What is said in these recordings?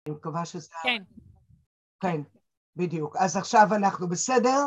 אני מקווה שזה... כן. כן, בדיוק. אז עכשיו אנחנו בסדר,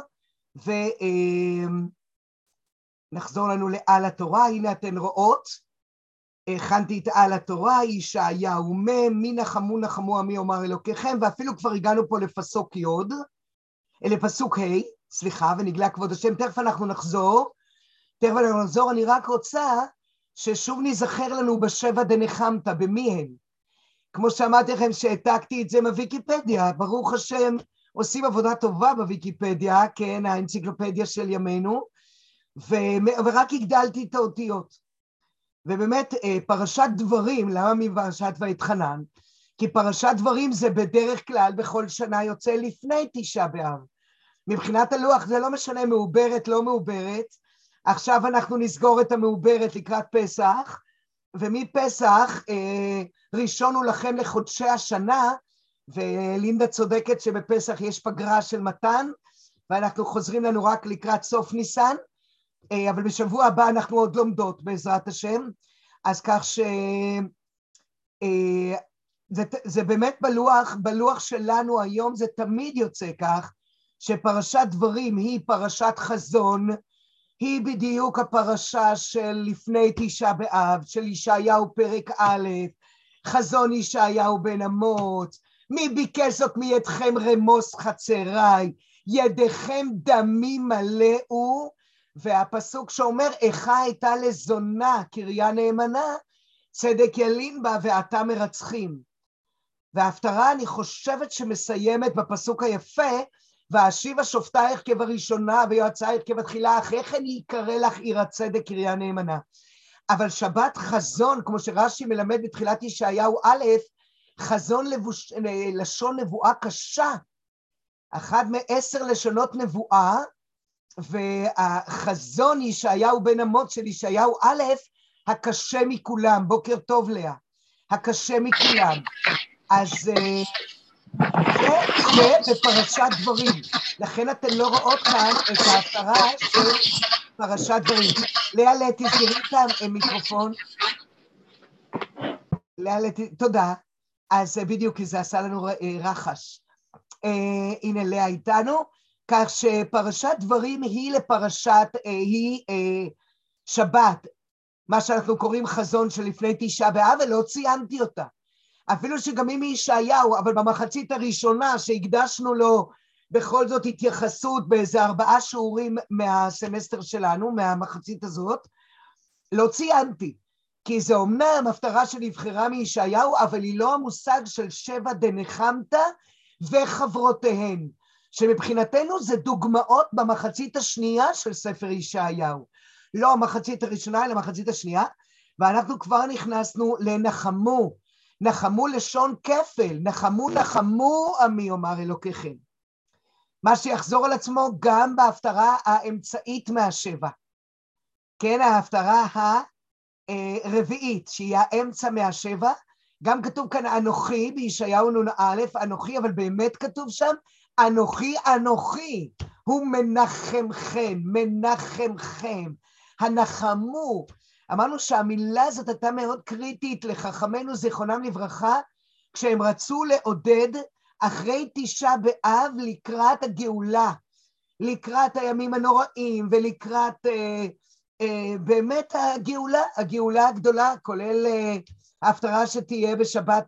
ונחזור לנו לעל התורה. הנה אתן רואות, הכנתי את על התורה, ישעיהו מי נחמו נחמו עמי אומר אלוקיכם, ואפילו כבר הגענו פה לפסוק י', לפסוק ה', סליחה, ונגלה כבוד השם. תכף אנחנו נחזור, אני רק רוצה ששוב נזכר לנו בשבע דנחמת, במי הם. כמו שאמרתי לכם שהעתקתי את זה מוויקיפדיה, ברוך השם עושים עבודה טובה בוויקיפדיה, כן, האנציקלופדיה של ימינו, ורק הגדלתי את האותיות. ובאמת פרשת דברים, למה מפרשת ואתחנן? כי פרשת דברים זה בדרך כלל בכל שנה יוצא לפני תשעה באב. מבחינת הלוח זה לא משנה מעוברת, לא מעוברת, עכשיו אנחנו נסגור את המעוברת לקראת פסח, ומפסח ראשון הוא לכם לחודשי השנה, ולינדה צודקת שבפסח יש פגרה של מתן, ואנחנו חוזרים לנו רק לקראת סוף ניסן, אבל בשבוע הבא אנחנו עוד לומדות בעזרת השם, אז כך זה באמת בלוח שלנו היום זה תמיד יוצא כך, שפרשת דברים היא פרשת חזון, היא בדיוק הפרשה של לפני תשעה באב, של ישעיהו פרק א', חזון ישעיהו בן אמוץ, מי ביקש זאת מידכם רמוס חצריי, ידיכם דמי מלאו, והפסוק שאומר, איכה הייתה לזונה קריה נאמנה, צדק ילין בה ואתה מרצחים. וההפטרה אני חושבת שמסיימת בפסוק היפה, ואשיבה שופטייך כבראשונה ויועצייך כבתחילה, אחרי כן יקרא לך עיר הצדק קריה נאמנה. אבל שבת חזון, כמו שרש"י מלמד בתחילת ישעיהו א', חזון לשון נבואה קשה, אחד מ10 לשונות נבואה, והחזון ישעיהו בן אמוץ של ישעיהו א', הקשה מכולם, בוקר טוב לאה, הקשה מכולם. אז זה בפרשת דברים, לכן אתן לא רואות כאן את ההפטרה של פרשת דברים. לאה, תסגרי את המיקרופון. לאה, תודה. אז בדיוק, כי זה עשה לנו רחש. הנה לאה איתנו, כך שפרשת דברים היא לפרשת, היא שבת, מה שאנחנו קוראים חזון של לפני תשעה באב, ולא ציינתי אותה. אפילו שגם אם ישעיהו, אבל במחצית הראשונה שהקדשנו לו בכל זאת התייחסות באיזה 4 שיעורים מהסמסטר שלנו, מהמחצית הזאת, לא ציינתי, כי זה אומנם הפטרה שנבחרה מישעיהו, אבל היא לא המושג של שבע דנחמת וחברותיהן, שמבחינתנו זה דוגמאות במחצית השנייה של ספר ישעיהו, לא המחצית הראשונה אלא המחצית השנייה, ואנחנו כבר נכנסנו לנחמו, נחמו לשון כפל, נחמו נחמו עמי אומר אלוקיכם. מה שיחזור על עצמו גם בהפטרה האמצעית מהשבע. כן, ההפטרה הרביעית, שהיא האמצע מהשבע, גם כתוב כאן אנוכי, בישעיהו נ"א, אנוכי, אבל באמת כתוב שם, אנוכי אנוכי, הוא מנחמכם, מנחמכם, הנחמו. אמרנו שהמילה הזאת הייתה מאוד קריטית לחכמינו זיכרונם לברכה, כשהם רצו לעודד אחרי תשעה באב לקראת הגאולה, לקראת הימים הנוראים ולקראת באמת הגאולה הגדולה, כולל ההפטרה שתהיה בשבת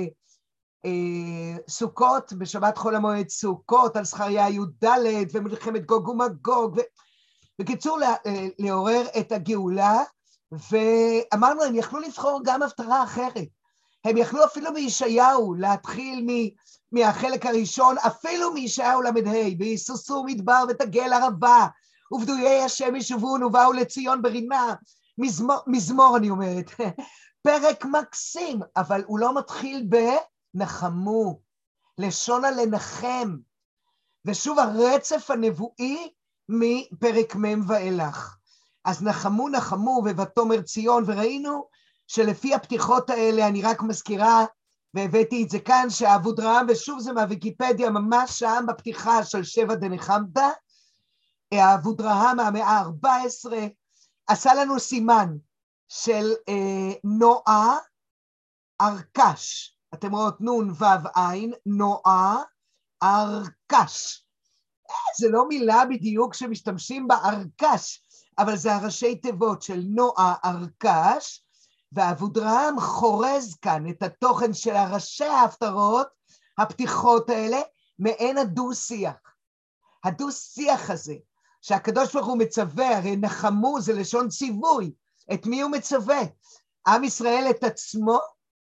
סוכות, בשבת חול המועד סוכות, על זכריה י"ד ומלחמת גוג ומגוג, בקיצור לעורר את הגאולה, ואמרנו הם יכלו לבחור גם הפטרה אחרת, הם יכלו אפילו בישעיהו להתחיל מהחלק הראשון, אפילו מישעיהו ל"ה, ויסוסו מדבר ותגל ערבה, ובדויי השם ישובון ובאו לציון ברינה, מזמור אני אומרת, פרק מקסים, אבל הוא לא מתחיל בנחמו, לשון הלנחם, ושוב הרצף הנבואי מפרק מ' ואילך. אז נחמו נחמו ובתומר ציון, וראינו שלפי הפתיחות האלה, אני רק מזכירה, והבאתי את זה כאן, שהאבודרהם, ושוב זה מהוויקיפדיה, ממש שם בפתיחה של שבע דנחמת, האבודרהם מהמאה ה-14, עשה לנו סימן של נועה ארקש, אתם רואות נון וו עין, נועה, ארקש. זה לא מילה בדיוק שמשתמשים בה ארקש, אבל זה הראשי תיבות של נועה ארקש, ואבודרהם חורז כאן את התוכן של הראשי ההפטרות, הפתיחות האלה, מעין הדו-שיח. הדו-שיח הזה, שהקדוש ברוך הוא מצווה, הרי נחמו זה לשון ציווי, את מי הוא מצווה? עם ישראל את עצמו?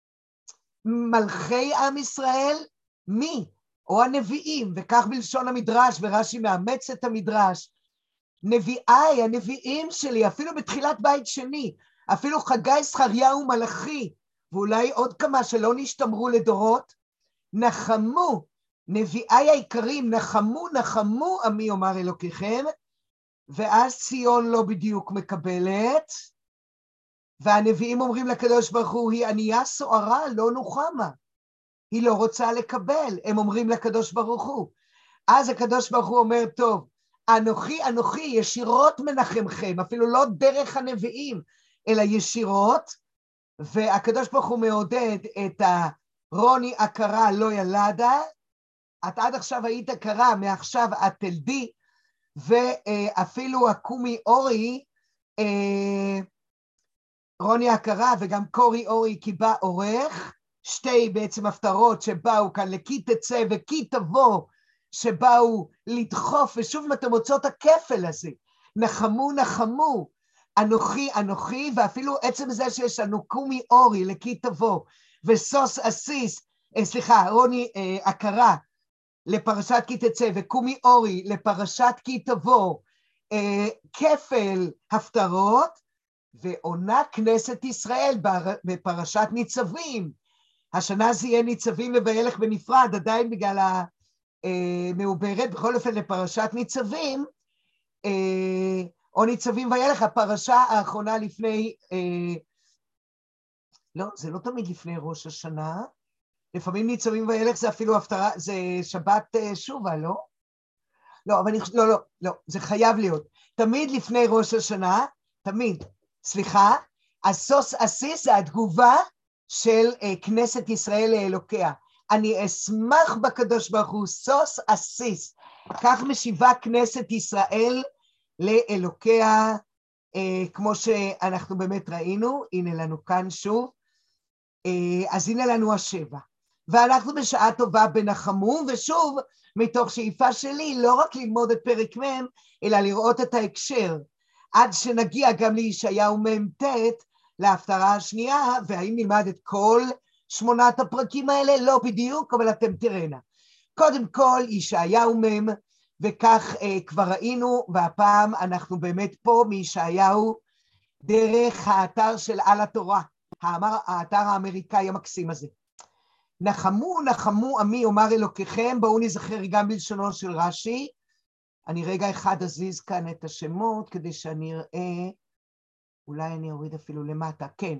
מלכי עם ישראל? מי? או הנביאים, וכך בלשון המדרש, ורש"י מאמץ את המדרש, נביאי, הנביאים שלי, אפילו בתחילת בית שני, אפילו חגי, זכריהו ומלאכי, ואולי עוד כמה שלא נשתמרו לדורות, נחמו, נביאי היקרים, נחמו, נחמו עמי אומר אלוקיכם, ואז ציון לא בדיוק מקבלת, והנביאים אומרים לקדוש ברוך הוא, היא ענייה סוערה, לא נוחמה, היא לא רוצה לקבל, הם אומרים לקדוש ברוך הוא, אז הקדוש ברוך הוא אומר, טוב, אנוכי, אנוכי, ישירות מנחמכם, אפילו לא דרך הנביאים, אלא ישירות, והקדוש ברוך הוא מעודד את רוני עקרה לא ילדה, את עד עכשיו היית קרה, מעכשיו את תלדי, ואפילו הקומי אורי, רוני עקרה וגם קורי אורי כי בא עורך, שתי בעצם הפטרות שבאו כאן לכי תצא וכי תבוא, שבאו לדחוף, ושוב אתם מוצאות הכפל הזה, נחמו נחמו, אנוכי אנוכי, ואפילו עצם זה שיש לנו קומי אורי לכי תבוא, וסוס אסיס, רוני עקרה לפרשת כי תצא, וקומי אורי לפרשת כי תבוא, כפל הפטרות, ועונה כנסת ישראל בפרשת ניצבים, השנה זה יהיה ניצבים ובילך בנפרד, עדיין בגלל המעוברת, בכל אופן לפרשת ניצבים, או ניצבים וילך, הפרשה האחרונה לפני, לא, זה לא תמיד לפני ראש השנה, לפעמים ניצבים וילך זה אפילו הפטרה, זה שבת שובה, לא? לא, אבל לא, זה חייב להיות, תמיד לפני ראש השנה, תמיד, סליחה, הסוס אסיס זה התגובה של כנסת ישראל לאלוקיה, אני אשמח בקדוש ברוך הוא, סוס אסיס, כך משיבה כנסת ישראל לאלוקיה, כמו שאנחנו באמת ראינו, הנה לנו כאן שוב, אז הנה לנו השבע, ואנחנו בשעה טובה בנחמו, ושוב מתוך שאיפה שלי לא רק ללמוד את פרק מ' אלא לראות את ההקשר, עד שנגיע גם לישעיהו מ"ט להפטרה השנייה, והאם נלמד את כל 8 הפרקים האלה? לא בדיוק, אבל אתם תראינה. קודם כל ישעיהו מ' וכך כבר ראינו, והפעם אנחנו באמת פה מישעיהו דרך האתר של על התורה, האתר האמריקאי המקסים הזה. נחמו נחמו עמי אומר אלוקיכם, בואו נזכר גם בלשונו של רש"י, אני רגע אחד אזיז כאן את השמות כדי שאני אראה, אולי אני אוריד אפילו למטה, כן.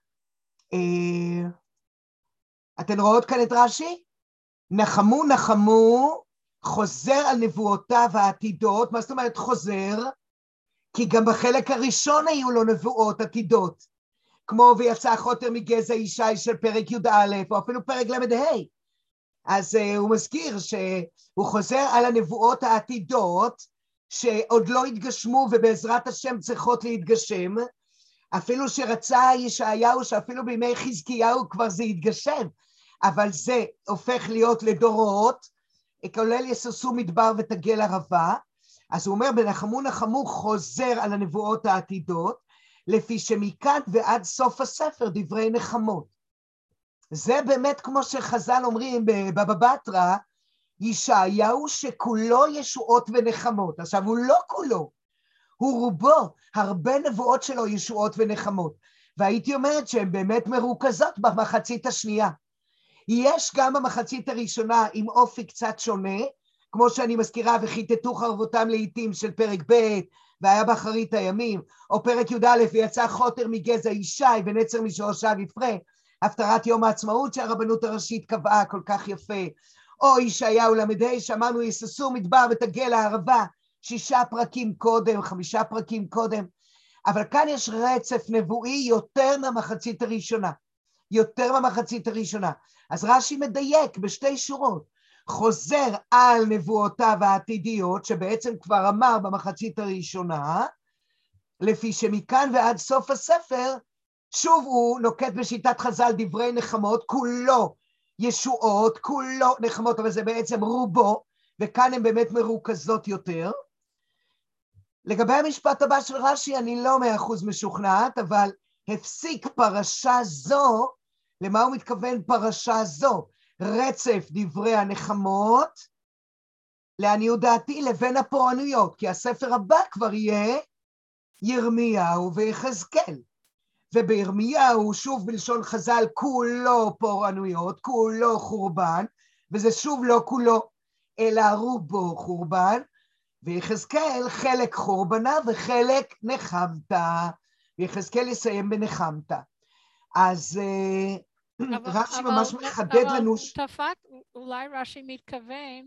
אתן רואות כאן את רש"י? נחמו נחמו, חוזר על נבואותיו העתידות, מה זאת אומרת חוזר? כי גם בחלק הראשון היו לו נבואות עתידות, כמו ויצא חוטר מגזע ישי של פרק י"א, או אפילו פרק ל"ה. אז הוא מזכיר שהוא חוזר על הנבואות העתידות, שעוד לא התגשמו ובעזרת השם צריכות להתגשם, אפילו שרצה ישעיהו שאפילו בימי חזקיהו כבר זה יתגשם, אבל זה הופך להיות לדורות, כולל יסוסו מדבר ותגל ערבה, אז הוא אומר בנחמו נחמו חוזר על הנבואות העתידות, לפי שמכאן ועד סוף הספר דברי נחמות. זה באמת כמו שחז"ל אומרים בבבא בתרא, ישעיהו שכולו ישועות ונחמות, עכשיו הוא לא כולו, הוא רובו, הרבה נבואות שלו ישועות ונחמות, והייתי אומרת שהן באמת מרוכזות במחצית השנייה. יש גם במחצית הראשונה עם אופי קצת שונה, כמו שאני מזכירה, וכיתתו חרבותם לעתים של פרק ב' והיה באחרית הימים, או פרק י"א ויצא חוטר מגזע ישי ונצר משורשיו יפרה, הפטרת יום העצמאות שהרבנות הראשית קבעה כל כך יפה, או ישעיהו ל"ה שאמרנו יססו מדבר ותגל הערבה, 6 פרקים קודם, 5 פרקים קודם, אבל כאן יש רצף נבואי יותר מהמחצית הראשונה. יותר מהמחצית הראשונה. אז רש"י מדייק בשתי שורות, חוזר על נבואותיו העתידיות, שבעצם כבר אמר במחצית הראשונה, לפי שמכאן ועד סוף הספר, שוב הוא נוקט בשיטת חז"ל דברי נחמות, כולו ישועות, כולו נחמות, אבל זה בעצם רובו, וכאן הן באמת מרוכזות יותר. לגבי המשפט הבא של רש"י, אני לא 100% משוכנעת, אבל הפסיק פרשה זו, למה הוא מתכוון פרשה זו? רצף דברי הנחמות, לעניות דעתי, לבין הפורענויות, כי הספר הבא כבר יהיה ירמיהו ויחזקאל. ובירמיהו, שוב בלשון חז"ל, כולו פורענויות, כולו חורבן, וזה שוב לא כולו, אלא רובו חורבן, ויחזקאל חלק חורבנה וחלק נחמת, ויחזקאל יסיים בנחמת. אז רש"י ממש מחדד לנו... אבל תפת, אולי רש"י מתכוון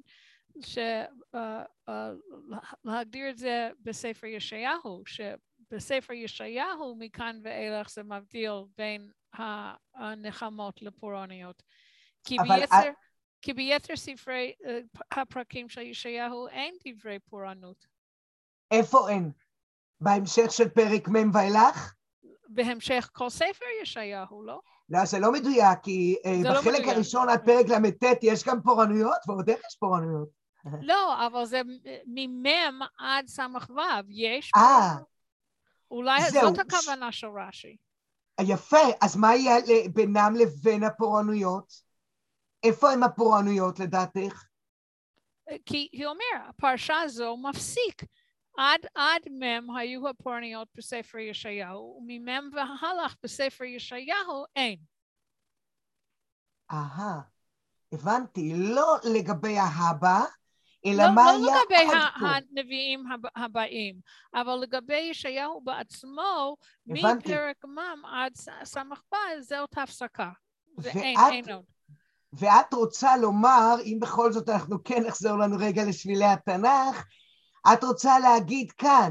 להגדיר את זה בספר ישעיהו, שבספר ישעיהו מכאן ואילך זה מבדיל בין הנחמות לפורענויות. כי ביתר ספרי הפרקים של ישעיהו אין דברי פורענות. איפה אין? בהמשך של פרק מ' ואילך? בהמשך כל ספר ישעיהו, לא? לא, זה לא מדויק, כי בחלק הראשון עד פרק ל"ט יש גם פורענויות, ועוד איך יש פורענויות. לא, אבל זה ממם עד סמ"ך ו', יש פורענות. אולי זאת הכוונה של רש"י. יפה, אז מה יהיה בינם לבין הפורענויות? איפה הם הפורענויות לדעתך? כי היא אומר, הפרשה הזו מפסיק. עד מם היו הפורענויות בספר ישעיהו, וממם והלך בספר ישעיהו אין. הבנתי, לא לגבי ההבא, אלא מה היה לא לגבי הנביאים הבאים, אבל לגבי ישעיהו בעצמו, מפרק מם עד סמ"ך ו' זאת הפסקה. זה אין עוד. ואת רוצה לומר, אם בכל זאת אנחנו כן נחזור לנו רגע לשבילי התנ"ך, את רוצה להגיד כאן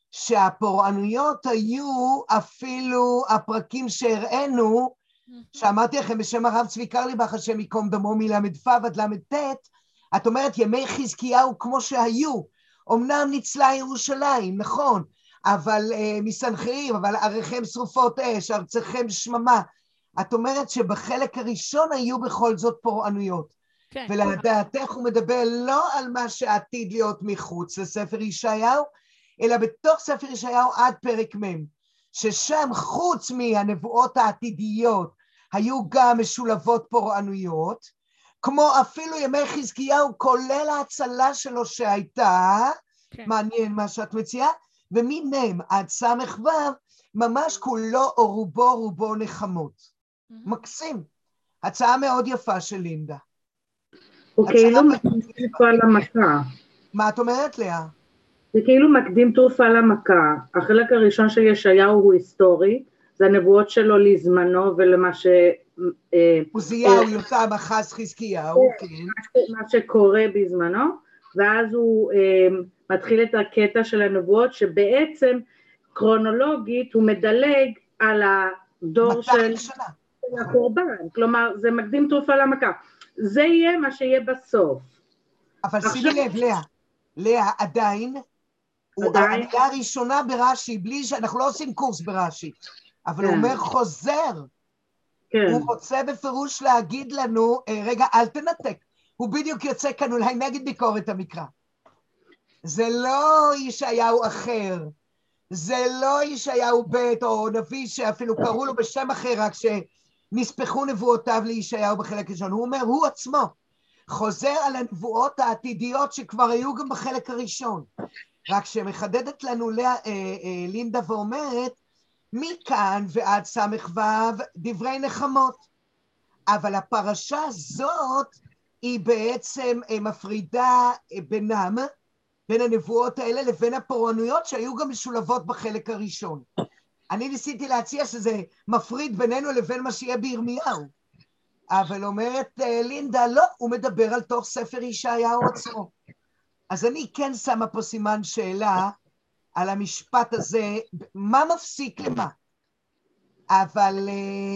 שהפורענויות היו אפילו הפרקים שהראינו, שאמרתי לכם בשם הרב צבי קרליבך, השם ייקום דמו מל"ו עד ל"ט, את אומרת ימי חזקיהו כמו שהיו, אמנם ניצלה ירושלים, נכון, אבל מסנחריב, אבל עריכם שרופות אש, ארציכם שממה, את אומרת שבחלק הראשון היו בכל זאת פורענויות. כן. ולדעתך הוא מדבר לא על מה שעתיד להיות מחוץ לספר ישעיהו, אלא בתוך ספר ישעיהו עד פרק מ', ששם חוץ מהנבואות העתידיות היו גם משולבות פורענויות, כמו אפילו ימי חזקיהו, כולל ההצלה שלו שהייתה, כן. מעניין מה שאת מציעה, וממ' עד סמ"ך ו' ממש כולו או רובו נחמות. מקסים. הצעה מאוד יפה של לינדה. הוא כאילו מקדים תרופה למכה. מה את אומרת, לאה? זה כאילו מקדים תרופה למכה. החלק הראשון של ישעיהו הוא היסטורי, זה הנבואות שלו לזמנו ולמה ש... עוזיהו, יותם, אחז, חזקיהו, כן. מה שקורה בזמנו, ואז הוא מתחיל את הקטע של הנבואות, שבעצם קרונולוגית הוא מדלג על הדור של הקורבן, כלומר זה מקדים תרופה למכה. זה יהיה מה שיהיה בסוף. אבל שימי לב, לאה, עדיין, המילה הראשונה ברש"י, בלי שאנחנו לא עושים קורס ברש"י, אבל הוא אומר חוזר. הוא רוצה בפירוש להגיד לנו, רגע, אל תנתק, הוא בדיוק יוצא כאן אולי נגד ביקורת המקרא. זה לא ישעיהו אחר, זה לא ישעיהו ב' או נביא שאפילו קראו לו בשם אחר, רק שנספחו נבואותיו לישעיהו בחלק ראשון. הוא אומר, הוא עצמו חוזר על הנבואות העתידיות שכבר היו גם בחלק הראשון. רק שמחדדת לנו לינדה ואומרת, מכאן ועד סמ"ך ו' דברי נחמות. אבל הפרשה הזאת היא בעצם מפרידה בינם, בין הנבואות האלה לבין הפורענויות שהיו גם משולבות בחלק הראשון. אני ניסיתי להציע שזה מפריד בינינו לבין מה שיהיה בירמיהו. אבל אומרת לינדה, לא, הוא מדבר על תוך ספר ישעיהו עצמו. אז אני כן שמה פה סימן שאלה על המשפט הזה, מה מפסיק למה? אבל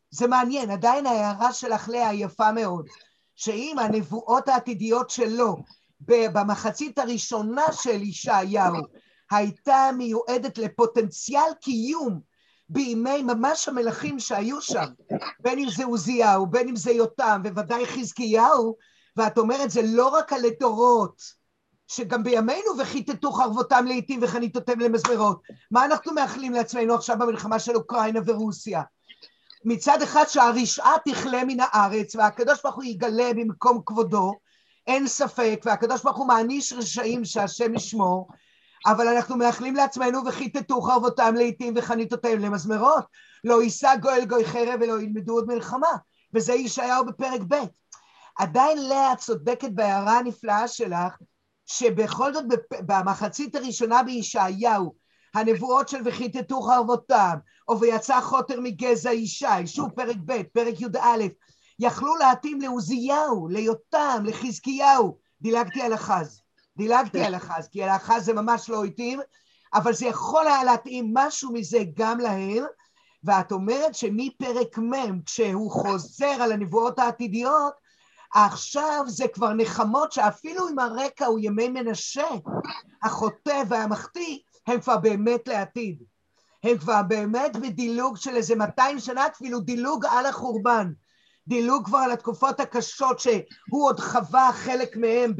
זה מעניין, עדיין ההערה שלך לאה יפה מאוד, שאם הנבואות העתידיות שלו, במחצית הראשונה של ישעיהו, הייתה מיועדת לפוטנציאל קיום, בימי ממש המלכים שהיו שם, בין אם זה עוזיהו, בין אם זה יותם, וודאי חזקיהו, ואת אומרת, זה לא רק על הדורות, שגם בימינו וכיתתו חרבותם לעתים וחניתותם למזמרות. מה אנחנו מאחלים לעצמנו עכשיו במלחמה של אוקראינה ורוסיה? מצד אחד שהרשעה תכלה מן הארץ, והקדוש ברוך הוא יגלה במקום כבודו, אין ספק, והקדוש ברוך הוא מעניש רשעים שהשם ישמור, אבל אנחנו מאחלים לעצמנו וכיתתו חרבותם לעתים וחניתותם למזמרות, לא יישא גואל גוי חרב ולא ילמדו עוד מלחמה, וזה ישעיהו בפרק ב'. עדיין לאה צודקת בהערה הנפלאה שלך, שבכל זאת במחצית הראשונה בישעיהו, הנבואות של וכיתתו חרבותם, או ויצא חוטר מגזע ישי, שוב פרק ב', פרק י"א, יכלו להתאים לעוזיהו, ליותם, לחזקיהו, דילגתי על אחז, כי על אחז זה ממש לא התאים, אבל זה יכול היה להתאים משהו מזה גם להם, ואת אומרת שמפרק מ' כשהוא חוזר על הנבואות העתידיות, עכשיו זה כבר נחמות שאפילו אם הרקע הוא ימי מנשה, החוטא והמחטיא, הם כבר באמת לעתיד. הם כבר באמת בדילוג של איזה 200 שנה, אפילו דילוג על החורבן. דילוג כבר על התקופות הקשות שהוא עוד חווה חלק מהם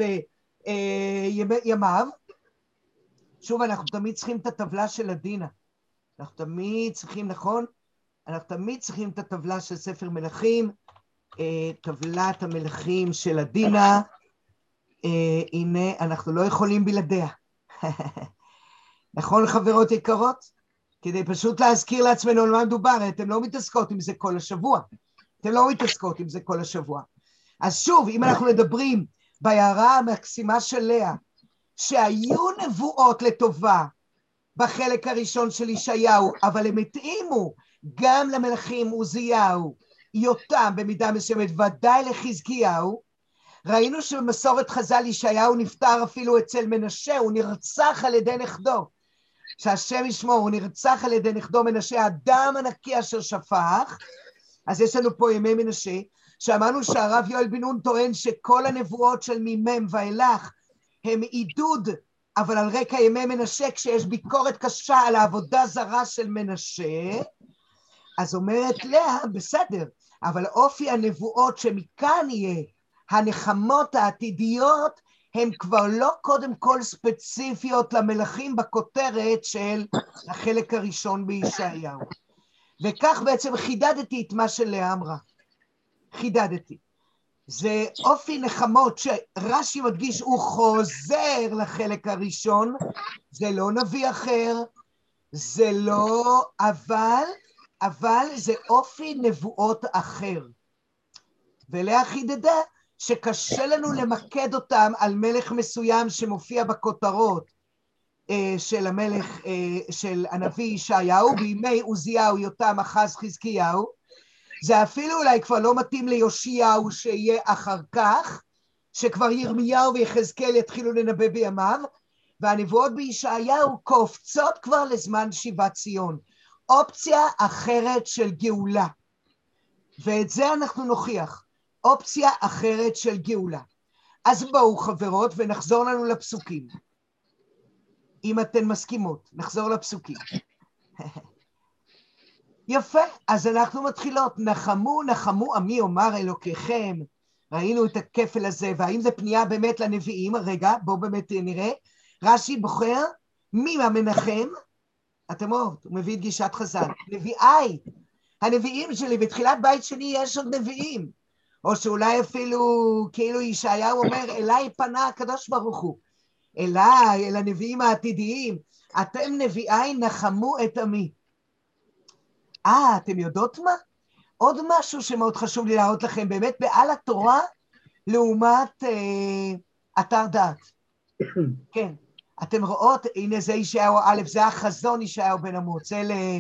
בימיו. שוב, אנחנו תמיד צריכים את הטבלה של הדינה. אנחנו תמיד צריכים, נכון? אנחנו תמיד צריכים את הטבלה של ספר מלכים, טבלת המלכים של הדינה. הנה, אנחנו לא יכולים בלעדיה. נכון, חברות יקרות? כדי פשוט להזכיר לעצמנו על מה מדובר, אתם לא מתעסקות עם זה כל השבוע. אז שוב, אם אנחנו מדברים בהערה המקסימה של לאה, שהיו נבואות לטובה בחלק הראשון של ישעיהו, אבל הם התאימו גם למלכים עוזיהו, יותם במידה מסוימת, ודאי לחזקיהו, ראינו שבמסורת חז"ל ישעיהו נפטר אפילו אצל מנשה, הוא נרצח על ידי נכדו, שהשם ישמור, הוא נרצח על ידי נכדו מנשה, הדם הנקי אשר שפך. אז יש לנו פה ימי מנשה, שאמרנו שהרב יואל בן נון טוען שכל הנבואות של מימם ואילך הם עידוד, אבל על רקע ימי מנשה, כשיש ביקורת קשה על העבודה זרה של מנשה, אז אומרת לאה, בסדר, אבל אופי הנבואות שמכאן יהיה הנחמות העתידיות, הם כבר לא קודם כל ספציפיות למלכים בכותרת של החלק הראשון בישעיהו. וכך בעצם חידדתי את מה שלאה אמרה. זה אופי נחמות שרש"י מדגיש, הוא חוזר לחלק הראשון, זה לא נביא אחר, זה לא, אבל זה אופי נבואות אחר. ולאה חידדה שקשה לנו למקד אותם על מלך מסוים שמופיע בכותרות של המלך, של הנביא ישעיהו, בימי עוזיהו, יותם, אחז, חזקיהו, זה אפילו אולי כבר לא מתאים ליאשיהו שיהיה אחר כך, שכבר ירמיהו ויחזקאל יתחילו לנבא בימיו, והנבואות בישעיהו קופצות כבר לזמן שיבת ציון, אופציה אחרת של גאולה, ואת זה אנחנו נוכיח, אופציה אחרת של גאולה. אז בואו חברות ונחזור לנו לפסוקים. אם אתן מסכימות, נחזור לפסוקים. יפה, אז אנחנו מתחילות, נחמו, נחמו עמי אומר אלוקיכם, ראינו את הכפל הזה, והאם זה פנייה באמת לנביאים? רגע, בואו באמת נראה, רש"י בוחר, מי המנחם? אתם רואות, הוא מביא את גישת חז"ל, נביאי, הנביאים שלי, בתחילת בית שני יש עוד נביאים, או שאולי אפילו כאילו ישעיהו אומר, אליי פנה הקדוש ברוך הוא, אליי, אל הנביאים העתידיים, אתם נביאי נחמו את עמי. אתם יודעות מה? עוד משהו שמאוד חשוב לי להראות לכם, באמת בעל התורה, לעומת אתר דעת. כן, אתם רואות, הנה זה ישעיהו א', זה החזון ישעיהו בן אמוץ,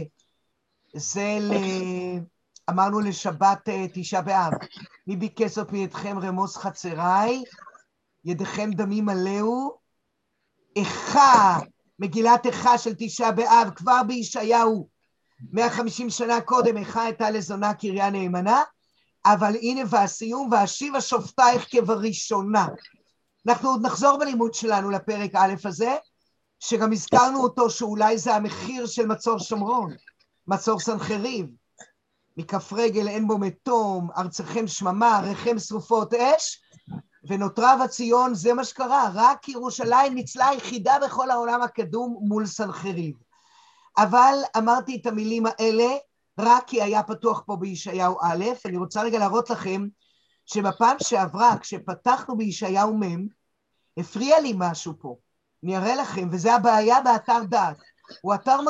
אמרנו לשבת תשעה באב, מי ביקש זאת מידכם רמוס חצריי, ידיכם דמים מלאו, איכה, מגילת איכה של תשעה באב, כבר בישעיהו, 150 שנה קודם, איכה הייתה לזונה קריה נאמנה, אבל הנה והסיום, והשיבה שופטייך כבראשונה. אנחנו עוד נחזור בלימוד שלנו לפרק א' הזה, שגם הזכרנו אותו שאולי זה המחיר של מצור שומרון, מצור סנחריב, מכף רגל אין בו מתום, ארצכם שממה, עריכם שרופות אש, ונותרה בציון, זה מה שקרה, רק ירושלים ניצלה היחידה בכל העולם הקדום מול סנחריב. אבל אמרתי את המילים האלה, רק כי היה פתוח פה בישעיהו א', אני רוצה רגע להראות לכם, שבפעם שעברה, כשפתחנו בישעיהו מ', הפריע לי משהו פה, אני אראה לכם, וזה הבעיה באתר דעת, הוא אתר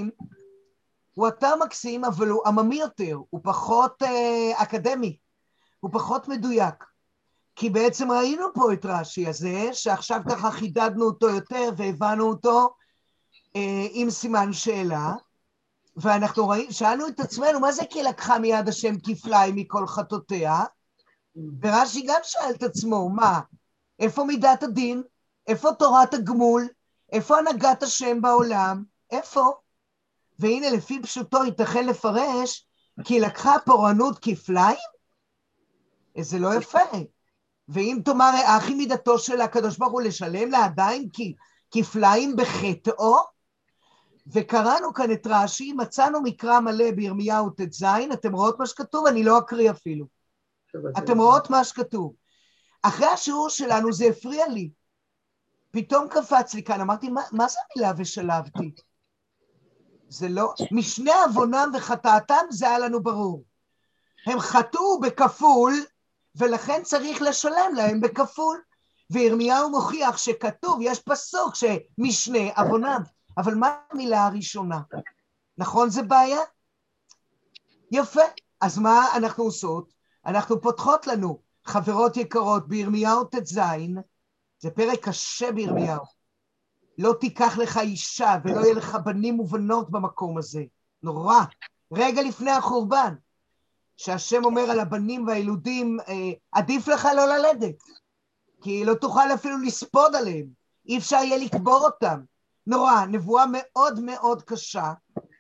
מקסים, אבל הוא עממי יותר, הוא פחות אקדמי, הוא פחות מדויק, כי בעצם ראינו פה את רש"י הזה, שעכשיו ככה חידדנו אותו יותר, והבנו אותו עם סימן שאלה, ואנחנו שאלנו את עצמנו, מה זה כי לקחה מיד השם כפליים מכל חטאותיה? ורש"י גם שאל את עצמו, מה? איפה מידת הדין? איפה תורת הגמול? איפה הנהגת השם בעולם? איפה? והנה לפי פשוטו ייתכן לפרש, כי לקחה פורענות כפליים? זה לא יפה. ואם תאמר, אחי מידתו של הקדוש ברוך הוא לשלם לה עדיין כפליים בחטאו? וקראנו כאן את רש"י, מצאנו מקרא מלא בירמיהו ט"ז, אתם רואות מה שכתוב? אני לא אקריא אפילו. אתם רואות מה שכתוב. אחרי השיעור שלנו זה הפריע לי. פתאום קפץ לי כאן, אמרתי, מה זה המילה ושלבתי? זה לא, משני עוונם וחטאתם זה היה לנו ברור. הם חטאו בכפול, ולכן צריך לשלם להם בכפול. וירמיהו מוכיח שכתוב, יש פסוק שמשני עוונם. אבל מה המילה הראשונה? נכון זה בעיה? יפה. אז מה אנחנו עושות? אנחנו פותחות לנו, חברות יקרות, בירמיהו ט"ז, זה פרק קשה בירמיהו. לא תיקח לך אישה ולא יהיה לך בנים ובנות במקום הזה. נורא. רגע לפני החורבן, שהשם אומר על הבנים והילודים, עדיף לך לא ללדת, כי לא תוכל אפילו לספוד עליהם. אי אפשר יהיה לקבור אותם. נורא, נבואה מאוד מאוד קשה,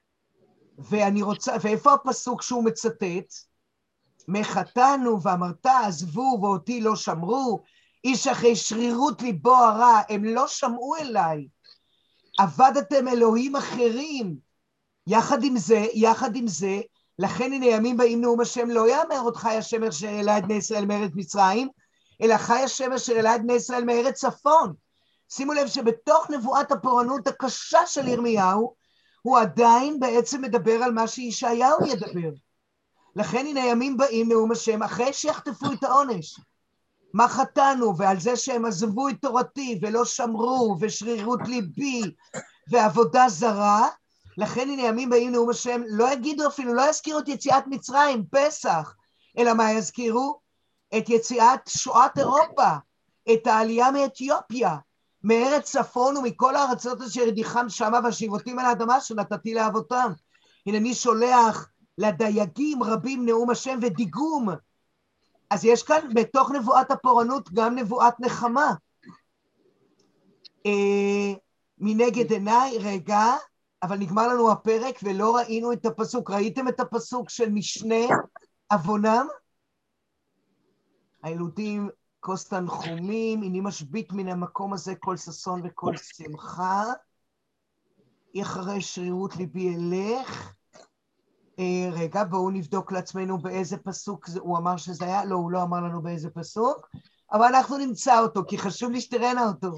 ואיפה הפסוק שהוא מצטט? מחתנו ואמרת עזבו ואותי לא שמרו, איש אחרי שרירות ליבו הרע, הם לא שמעו אליי, עבדתם אלוהים אחרים, יחד עם זה, לכן הנה ימים באים נאום השם, לא יאמר עוד חי השם אשר העלה את בני ישראל מארץ מצרים, אלא חי השם אשר העלה את בני ישראל מארץ צפון. שימו לב שבתוך נבואת הפורענות הקשה של ירמיהו, הוא עדיין בעצם מדבר על מה שישעיהו ידבר. לכן הנה ימים באים נאום השם, אחרי שיחטפו את העונש. מה חטאנו? ועל זה שהם עזבו את תורתי ולא שמרו, ושרירות ליבי, ועבודה זרה, לכן הנה ימים באים נאום השם, לא יגידו אפילו, לא יזכירו את יציאת מצרים, פסח, אלא מה יזכירו? את יציאת שואת אירופה, את העלייה מאתיופיה, מארץ צפון ומכל הארצות אשר ידיחם שמה והשיבותים על האדמה שנתתי לאבותם. הנני שולח לדייגים רבים נאום השם ודיגום. אז יש כאן בתוך נבואת הפורענות גם נבואת נחמה. מנגד עיניי, רגע, אבל נגמר לנו הפרק ולא ראינו את הפסוק. ראיתם את הפסוק של משנה עוונם? הילודים כוס תנחומים, הנה משבית מן המקום הזה כל ששון וכל שמחה, אחרי שרירות ליבי אלך. רגע, בואו נבדוק לעצמנו באיזה פסוק הוא אמר שזה היה, לא, הוא לא אמר לנו באיזה פסוק, אבל אנחנו נמצא אותו, כי חשוב לי שתראינה אותו.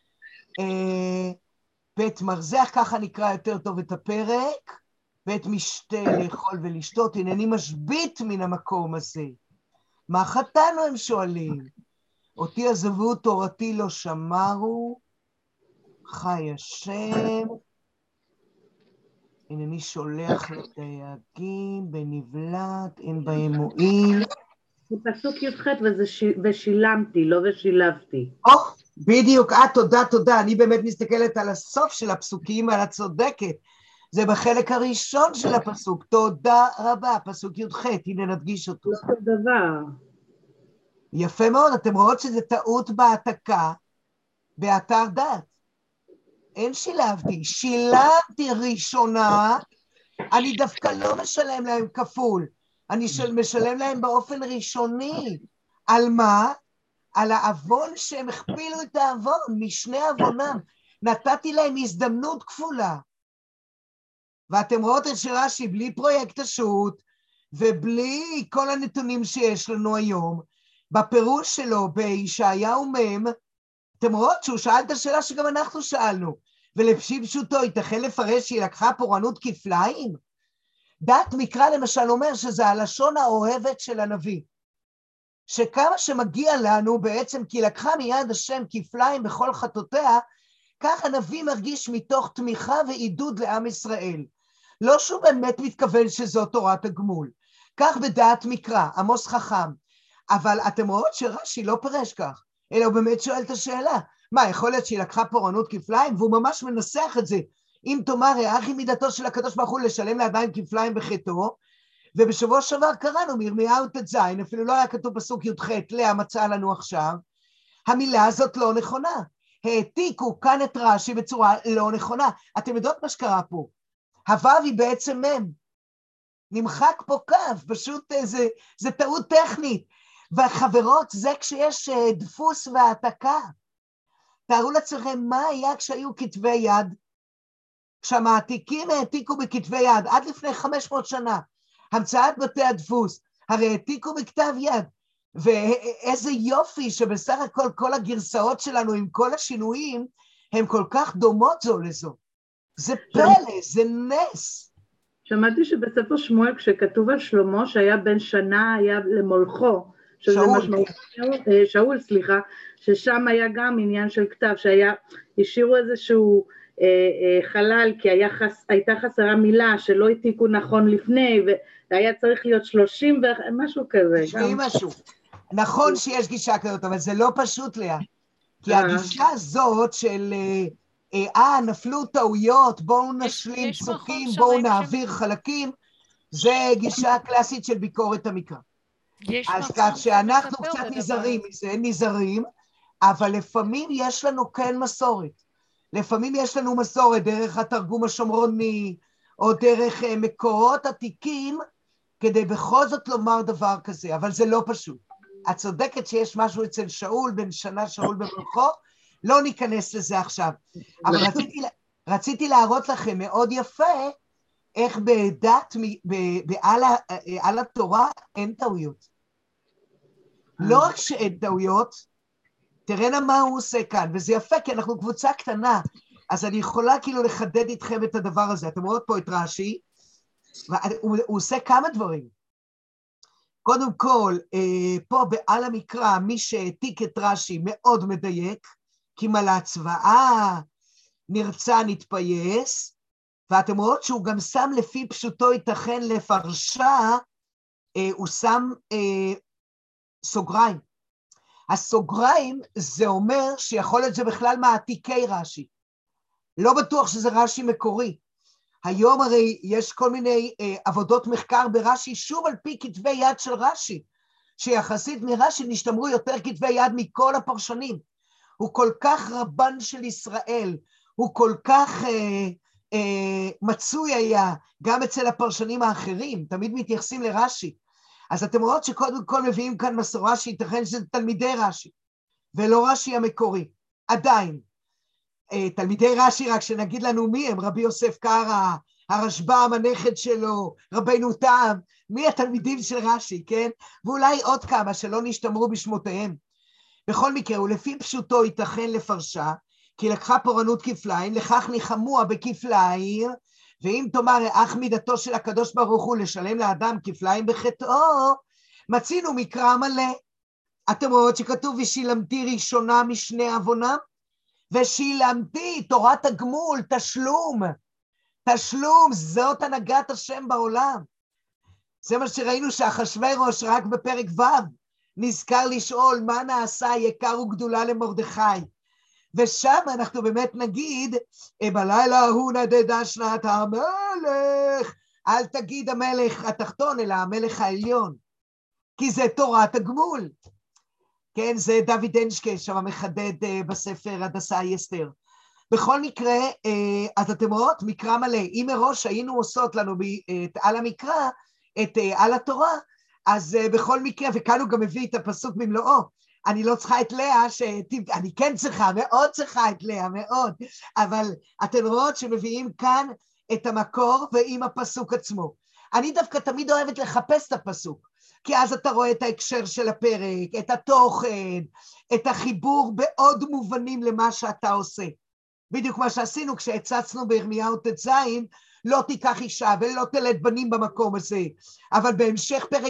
בית מרזח, ככה נקרא יותר טוב את הפרק, בית משתה לאכול ולשתות, הנני משבית מן המקום הזה. מה חטאנו הם שואלים? אותי עזבו תורתי לא שמרו, חי השם, הנני שולח לדייגים בנבלת, אין בהם מועיל. זה פסוק י"ח ושילמתי, לא ושילבתי. בדיוק, תודה, אני באמת מסתכלת על הסוף של הפסוקים, על הצודקת. זה בחלק הראשון של הפסוק, תודה רבה, פסוק י"ח, הנה נדגיש אותו. לא כל דבר. יפה מאוד, אתם רואות שזה טעות בהעתקה, באתר דת. אין שילבתי ראשונה, אני דווקא לא משלם להם כפול, אני משלם להם באופן ראשוני. על מה? על העוון שהם הכפילו את העוון, משני עוונם. נתתי להם הזדמנות כפולה. ואתם רואות את שרש"י בלי פרויקט השו"ת, ובלי כל הנתונים שיש לנו היום, בפירוש שלו בישעיהו מ', אתם רואות שהוא שאל את השאלה שגם אנחנו שאלנו, ולפי פשוטו ייתכן לפרש שהיא לקחה פורענות כפליים? דעת מקרא למשל אומר שזה הלשון האוהבת של הנביא, שכמה שמגיע לנו בעצם כי לקחה מיד השם כפליים בכל חטאותיה, כך הנביא מרגיש מתוך תמיכה ועידוד לעם ישראל. לא שהוא באמת מתכוון שזו תורת הגמול, כך בדעת מקרא, עמוס חכם, אבל אתם רואות שרש"י לא פרש כך, אלא הוא באמת שואל את השאלה, מה, יכול להיות שהיא לקחה פורענות כפליים? והוא ממש מנסח את זה, אם תאמר, הכי מידתו של הקדוש ברוך הוא לשלם לאדם כפליים בחטאו, ובשבוע שעבר קראנו מירמיהו ט"ז, אפילו לא היה כתוב פסוק י"ח, לאה מצאה לנו עכשיו, המילה הזאת לא נכונה, העתיקו כאן את רש"י בצורה לא נכונה, אתם יודעות מה שקרה פה, הוו היא בעצם מם, נמחק פה קו, פשוט זה טעות טכנית, והחברות זה כשיש דפוס והעתקה, תארו לעצמכם מה היה כשהיו כתבי יד, כשהמעתיקים העתיקו בכתבי יד, עד לפני 500 שנה, המצאת בתי הדפוס, הרי העתיקו בכתב יד, ואיזה יופי שבסך הכל כל הגרסאות שלנו עם כל השינויים, הן כל כך דומות זו לזו. זה פלא, זה נס. שמעתי שבספר שמואל כשכתוב על שלמה שהיה בן שנה היה למולכו, שזה משמעות, שאול, סליחה, ששם היה גם עניין של כתב, השאירו איזשהו חלל, כי הייתה חסרה מילה שלא העתיקו נכון לפני, והיה צריך להיות 30 ומשהו כזה. משהו. נכון שיש גישה כזאת, אבל זה לא פשוט לאה. כי הגישה הזאת של, נפלו טעויות, בואו נשלים פסוקים, בואו נעביר חלקים, זה גישה קלאסית של ביקורת המקרא. אז כך שאנחנו קצת נזהרים, אבל לפעמים יש לנו כן מסורת. לפעמים יש לנו מסורת דרך התרגום השומרוני, או דרך מקורות עתיקים, כדי בכל זאת לומר דבר כזה, אבל זה לא פשוט. את צודקת שיש משהו אצל שאול, בן שנה שאול במלכו, לא ניכנס לזה עכשיו. אבל רציתי להראות לכם מאוד יפה, איך בדת, על התורה אין טעויות. לא רק שאין טעויות, תראינה מה הוא עושה כאן, וזה יפה כי אנחנו קבוצה קטנה, אז אני יכולה כאילו לחדד איתכם את הדבר הזה. אתם רואות פה את רש"י, הוא עושה כמה דברים. קודם כל, פה בעל המקרא, מי שהעתיק את רש"י מאוד מדייק, כי מלא צבאה, נרצה נתפייס, ואתם רואות שהוא גם שם לפי פשוטו ייתכן לפרשה, הוא שם סוגריים. הסוגריים זה אומר שיכול להיות זה בכלל מעתיקי רש"י. לא בטוח שזה רש"י מקורי. היום הרי יש כל מיני עבודות מחקר ברש"י, שוב על פי כתבי יד של רש"י, שיחסית מרש"י נשתמרו יותר כתבי יד מכל הפרשנים. הוא כל כך רבן של ישראל, הוא כל כך מצוי היה, גם אצל הפרשנים האחרים, תמיד מתייחסים לרש"י. אז אתם רואות שקודם כל מביאים כאן מסורה שייתכן שזה תלמידי רש"י, ולא רש"י המקורי. עדיין, תלמידי רש"י, רק שנגיד לנו מי הם, רבי יוסף קרא, הרשב"ם, הנכד שלו, רבינו תם, מי התלמידים של רש"י, כן? ואולי עוד כמה שלא נשתמרו בשמותיהם. בכל מקרה, ולפי פשוטו ייתכן לפרשה, כי לקחה פורענות כפליים, לכך ניחמוה בכפליים, ואם תאמר אך מידתו של הקדוש ברוך הוא לשלם לאדם כפליים בחטאו, מצינו מקרא מלא. אתם רואות שכתוב ושילמתי ראשונה משני עוונם, ושילמתי תורת הגמול, תשלום, זאת הנהגת השם בעולם. זה מה שראינו שאחשוורוש רק בפרק ו' נזכר לשאול מה נעשה יקר וגדולה למרדכי. ושם אנחנו באמת נגיד, בלילה ההוא נדדה שנת המלך, אל תגיד המלך התחתון, אלא המלך העליון, כי זה תורת הגמול. כן, זה דוד אנשקה, שם מחדד בספר הדסה אסתר. בכל מקרה, אז אתם רואות, מקרא מלא. אם מראש היינו עושות לנו על המקרא, על התורה, אז בכל מקרה, וכאן הוא גם מביא את הפסוק במלואו, אני לא צריכה את לאה, אני כן צריכה, מאוד צריכה את לאה, מאוד, אבל אתן רואות שמביאים כאן את המקור ועם הפסוק עצמו. אני דווקא תמיד אוהבת לחפש את הפסוק, כי אז אתה רואה את ההקשר של הפרק, את התוכן, את החיבור בעוד מובנים למה שאתה עושה. בדיוק מה שעשינו כשהצצנו בירמיהו ט"ז, לא תיקח אישה ולא תלד בנים במקום הזה. אבל בהמשך פרק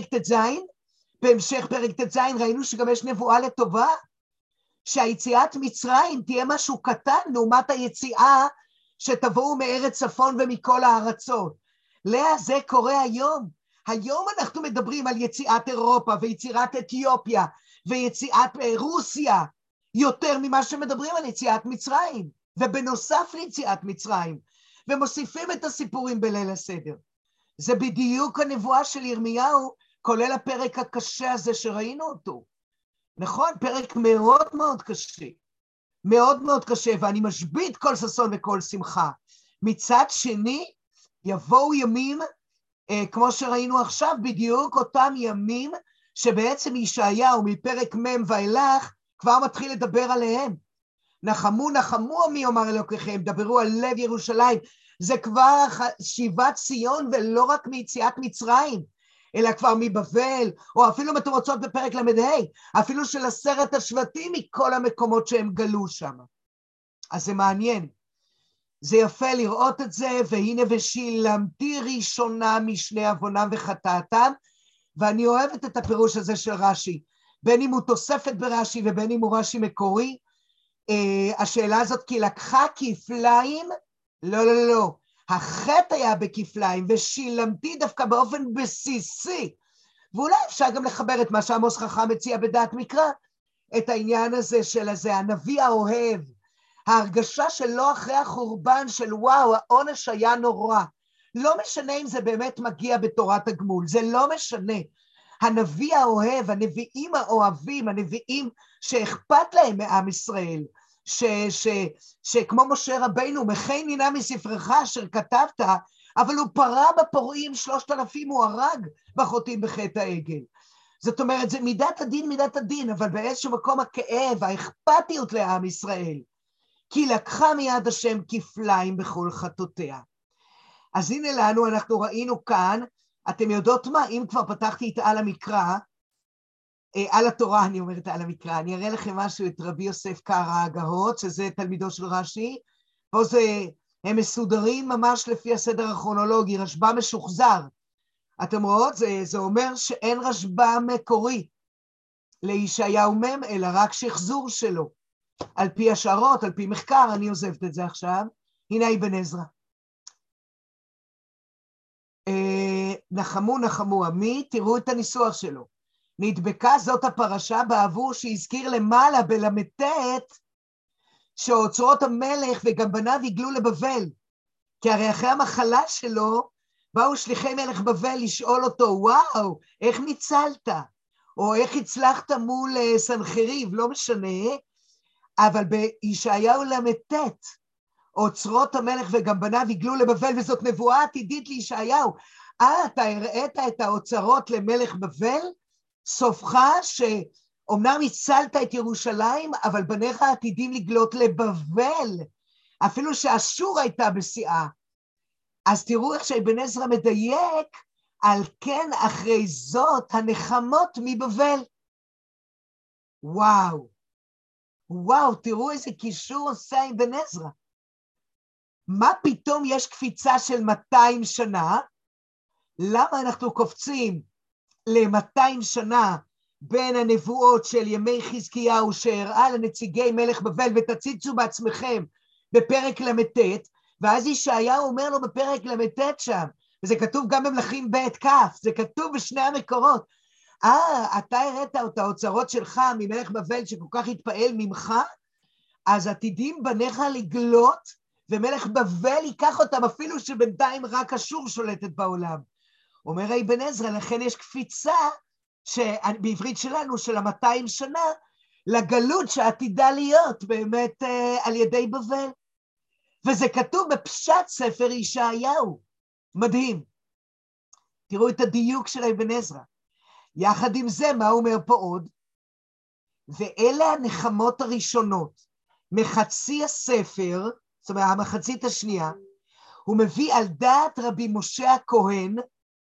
ט"ז ראינו שגם יש נבואה לטובה, שהיציאת מצרים תהיה משהו קטן לעומת היציאה שתבואו מארץ צפון ומכל הארצות. לאה, זה קורה היום. היום אנחנו מדברים על יציאת אירופה ויצירת אתיופיה ויציאת רוסיה, יותר ממה שמדברים על יציאת מצרים, ובנוסף ליציאת מצרים, ומוסיפים את הסיפורים בליל הסדר. זה בדיוק הנבואה של ירמיהו, כולל הפרק הקשה הזה שראינו אותו. נכון? פרק מאוד מאוד קשה. מאוד מאוד קשה, ואני משבית כל ששון וכל שמחה. מצד שני, יבואו ימים, כמו שראינו עכשיו, בדיוק אותם ימים, שבעצם ישעיהו מפרק מ' ואילך, כבר מתחיל לדבר עליהם. נחמו, נחמו עמי אומר אלוקיכם, דברו על לב ירושלים, זה כבר שיבת ציון, ולא רק מיציאת מצרים, אלא כבר מבבל, או אפילו אם אתם רוצות בפרק למ"ה, אפילו של 10 השבטים מכל המקומות שהם גלו שם. אז זה מעניין. זה יפה לראות את זה, והנה ושילמתי ראשונה משני עוונם וחטאתם, ואני אוהבת את הפירוש הזה של רש"י, בין אם הוא תוספת ברש"י ובין אם הוא רש"י מקורי, השאלה הזאת כי לקחה כפליים, לא, החטא היה בכפליים, ושילמתי דווקא באופן בסיסי, ואולי אפשר גם לחבר את מה שעמוס חכם מציע בדעת מקרא, את העניין הזה של הנביא האוהב, ההרגשה שלו אחרי החורבן של וואו, העונש היה נורא, לא משנה אם זה באמת מגיע בתורת הגמול, זה לא משנה, הנביא האוהב, הנביאים האוהבים, הנביאים שאכפת להם מעם ישראל, שכמו משה רבינו, מחי נינה מספרך אשר כתבת, אבל הוא פרה בפורעים 3,000, הוא הרג בחוטאים בחטא העגל. זאת אומרת, זה מידת הדין, אבל באיזשהו מקום הכאב, האכפתיות לעם ישראל, כי לקחה מיד השם כפליים בכל חטאותיה. אז הנה לנו, אנחנו ראינו כאן, אתם יודעות מה, אם כבר פתחתי את על המקרא, על התורה אני אומרת על המקרא, אני אראה לכם משהו, את רבי יוסף קרא הגהות, שזה תלמידו של רש"י, פה הם מסודרים ממש לפי הסדר הכרונולוגי, רשב"א משוחזר, אתם רואות, זה אומר שאין רשב"א מקורי לישעיהו מ' אלא רק שחזור שלו, על פי השערות, על פי מחקר, אני עוזבת את זה עכשיו, הנה אבן עזרא. נחמו עמי, תראו את הניסוח שלו. נדבקה זאת הפרשה בעבור שהזכיר למעלה בל"ט שאוצרות המלך וגם בניו הגלו לבבל, כי הרי אחרי המחלה שלו באו שליחי מלך בבל לשאול אותו, וואו, איך ניצלת? או איך הצלחת מול סנחריב, לא משנה, אבל בישעיהו ל"ט, אוצרות המלך וגם בניו הגלו לבבל, וזאת נבואה עתידית לישעיהו. אתה הראית את האוצרות למלך בבל, סופך שאומנם הצלת את ירושלים, אבל בניך עתידים לגלות לבבל, אפילו שאשור הייתה בשיאה. אז תראו איך שאבן עזרא מדייק, על כן אחרי זאת הנחמות מבבל. וואו, תראו איזה קישור עושה אבן עזרא. מה פתאום יש קפיצה של 200 שנה? למה אנחנו קופצים ל-200 שנה בין הנבואות של ימי חזקיהו שהראה לנציגי מלך בבל ותציצו בעצמכם בפרק ל"ט, ואז ישעיהו אומר לו בפרק ל"ט שם, וזה כתוב גם במלכים ב' כ', זה כתוב בשני המקורות, אתה הראת את האוצרות שלך ממלך בבל שכל כך התפעל ממך, אז עתידים בניך לגלות, ומלך בבל ייקח אותם אפילו שבינתיים רק אשור שולטת בעולם. אומר אבן עזרא, לכן יש קפיצה בעברית שלנו של 200 שנה, לגלות שעתידה להיות באמת על ידי בבל. וזה כתוב בפשט ספר ישעיהו. מדהים. תראו את הדיוק של אבן עזרא. יחד עם זה, מה הוא אומר פה עוד? ואלה הנחמות הראשונות, מחצי הספר, זאת אומרת, המחצית השנייה, הוא מביא על דעת רבי משה הכהן,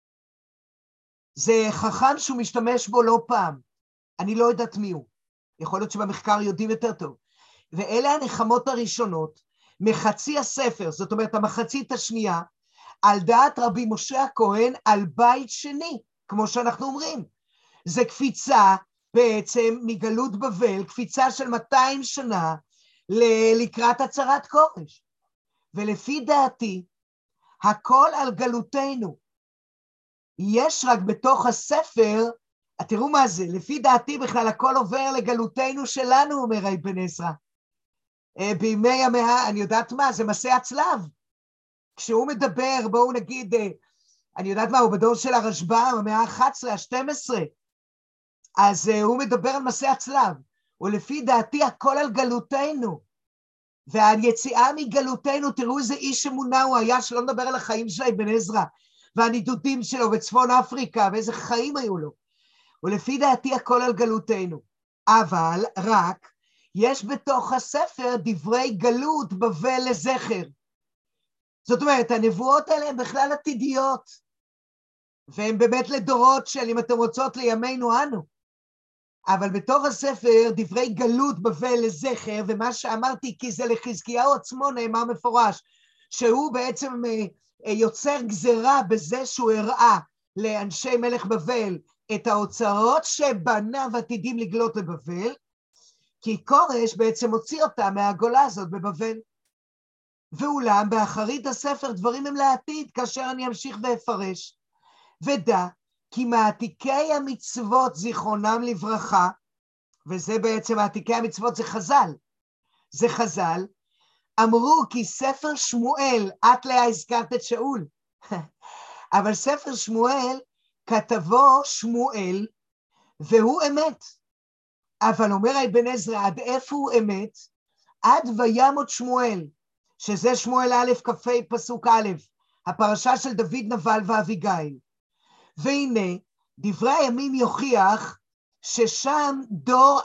זה חכם שהוא משתמש בו לא פעם, אני לא יודעת מי הוא, יכול להיות שבמחקר יודעים יותר טוב, ואלה הנחמות הראשונות, מחצי הספר, זאת אומרת, המחצית השנייה, על דעת רבי משה הכהן, על בית שני, כמו שאנחנו אומרים. זה קפיצה בעצם מגלות בבל, קפיצה של 200 שנה לקראת הצהרת כורש. ולפי דעתי, הכל על גלותנו. יש רק בתוך הספר, תראו מה זה, לפי דעתי בכלל הכל עובר לגלותנו שלנו, אומר אבן עזרא. בימי המאה, אני יודעת מה, זה מסע הצלב. כשהוא מדבר, בואו נגיד, אני יודעת מה, הוא בדור של הרשב"ם, המאה ה-11, ה-12, אז הוא מדבר על מסע הצלב, ולפי דעתי הכל על גלותנו, והיציאה מגלותנו, תראו איזה איש אמונה הוא היה, שלא מדבר על החיים של אבן עזרא, והנידודים שלו בצפון אפריקה, ואיזה חיים היו לו, ולפי דעתי הכל על גלותנו, אבל רק יש בתוך הספר דברי גלות בבל לזכר, זאת אומרת, הנבואות האלה הן בכלל עתידיות, והן באמת לדורות של, אם אתם רוצות, לימינו אנו. אבל בתוך הספר, דברי גלות בבל לזכר, ומה שאמרתי, כי זה לחזקיהו עצמו נאמר מפורש, שהוא בעצם יוצר גזרה בזה שהוא הראה לאנשי מלך בבל את האוצרות שבניו עתידים לגלות לבבל, כי כורש בעצם הוציא אותה מהגולה הזאת בבבל. ואולם באחרית הספר דברים הם לעתיד, כאשר אני אמשיך ואפרש. ודע, כי מעתיקי המצוות זיכרונם לברכה, וזה בעצם מעתיקי המצוות זה חז"ל, זה חז"ל, אמרו כי ספר שמואל, את לאה הזכרת את שאול, אבל ספר שמואל כתבו שמואל, והוא אמת. אבל אומר אבן עזרא, עד איפה הוא אמת? עד וימות שמואל, שזה שמואל א' כ"ה פסוק א', הפרשה של דוד נבל ואביגיל. והנה, דברי הימים יוכיח ששם דור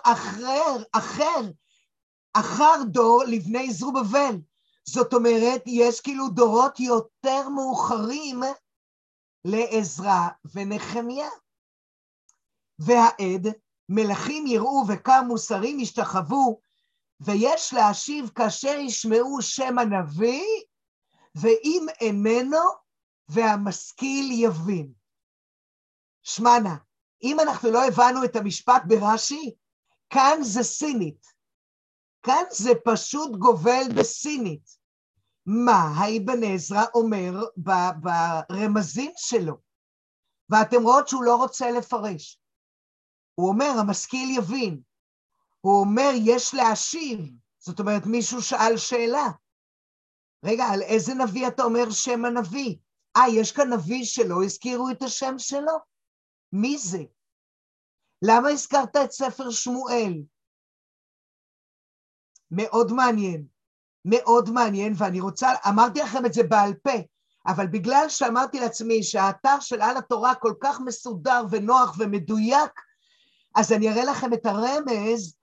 אחר דור לבני זרובבל. זאת אומרת, יש כאילו דורות יותר מאוחרים לעזרא ונחמיה. והעד, מלכים יראו וקמו שרים ישתחוו, ויש להשיב כאשר ישמעו שם הנביא, ואם איננו, והמשכיל יבין. שמענה, אם אנחנו לא הבנו את המשפט ברש"י, כאן זה סינית. כאן זה פשוט גובל בסינית. מה האבן עזרא אומר ברמזים שלו? ואתם רואות שהוא לא רוצה לפרש. הוא אומר, המשכיל יבין. הוא אומר, יש להשיב. זאת אומרת, מישהו שאל שאלה. רגע, על איזה נביא אתה אומר שם הנביא? יש כאן נביא שלו, הזכירו את השם שלו? מי זה? למה הזכרת את ספר שמואל? מאוד מעניין, מאוד מעניין, ואני רוצה, אמרתי לכם את זה בעל פה, אבל בגלל שאמרתי לעצמי שהאתר של על התורה כל כך מסודר ונוח ומדויק, אז אני אראה לכם את הרמז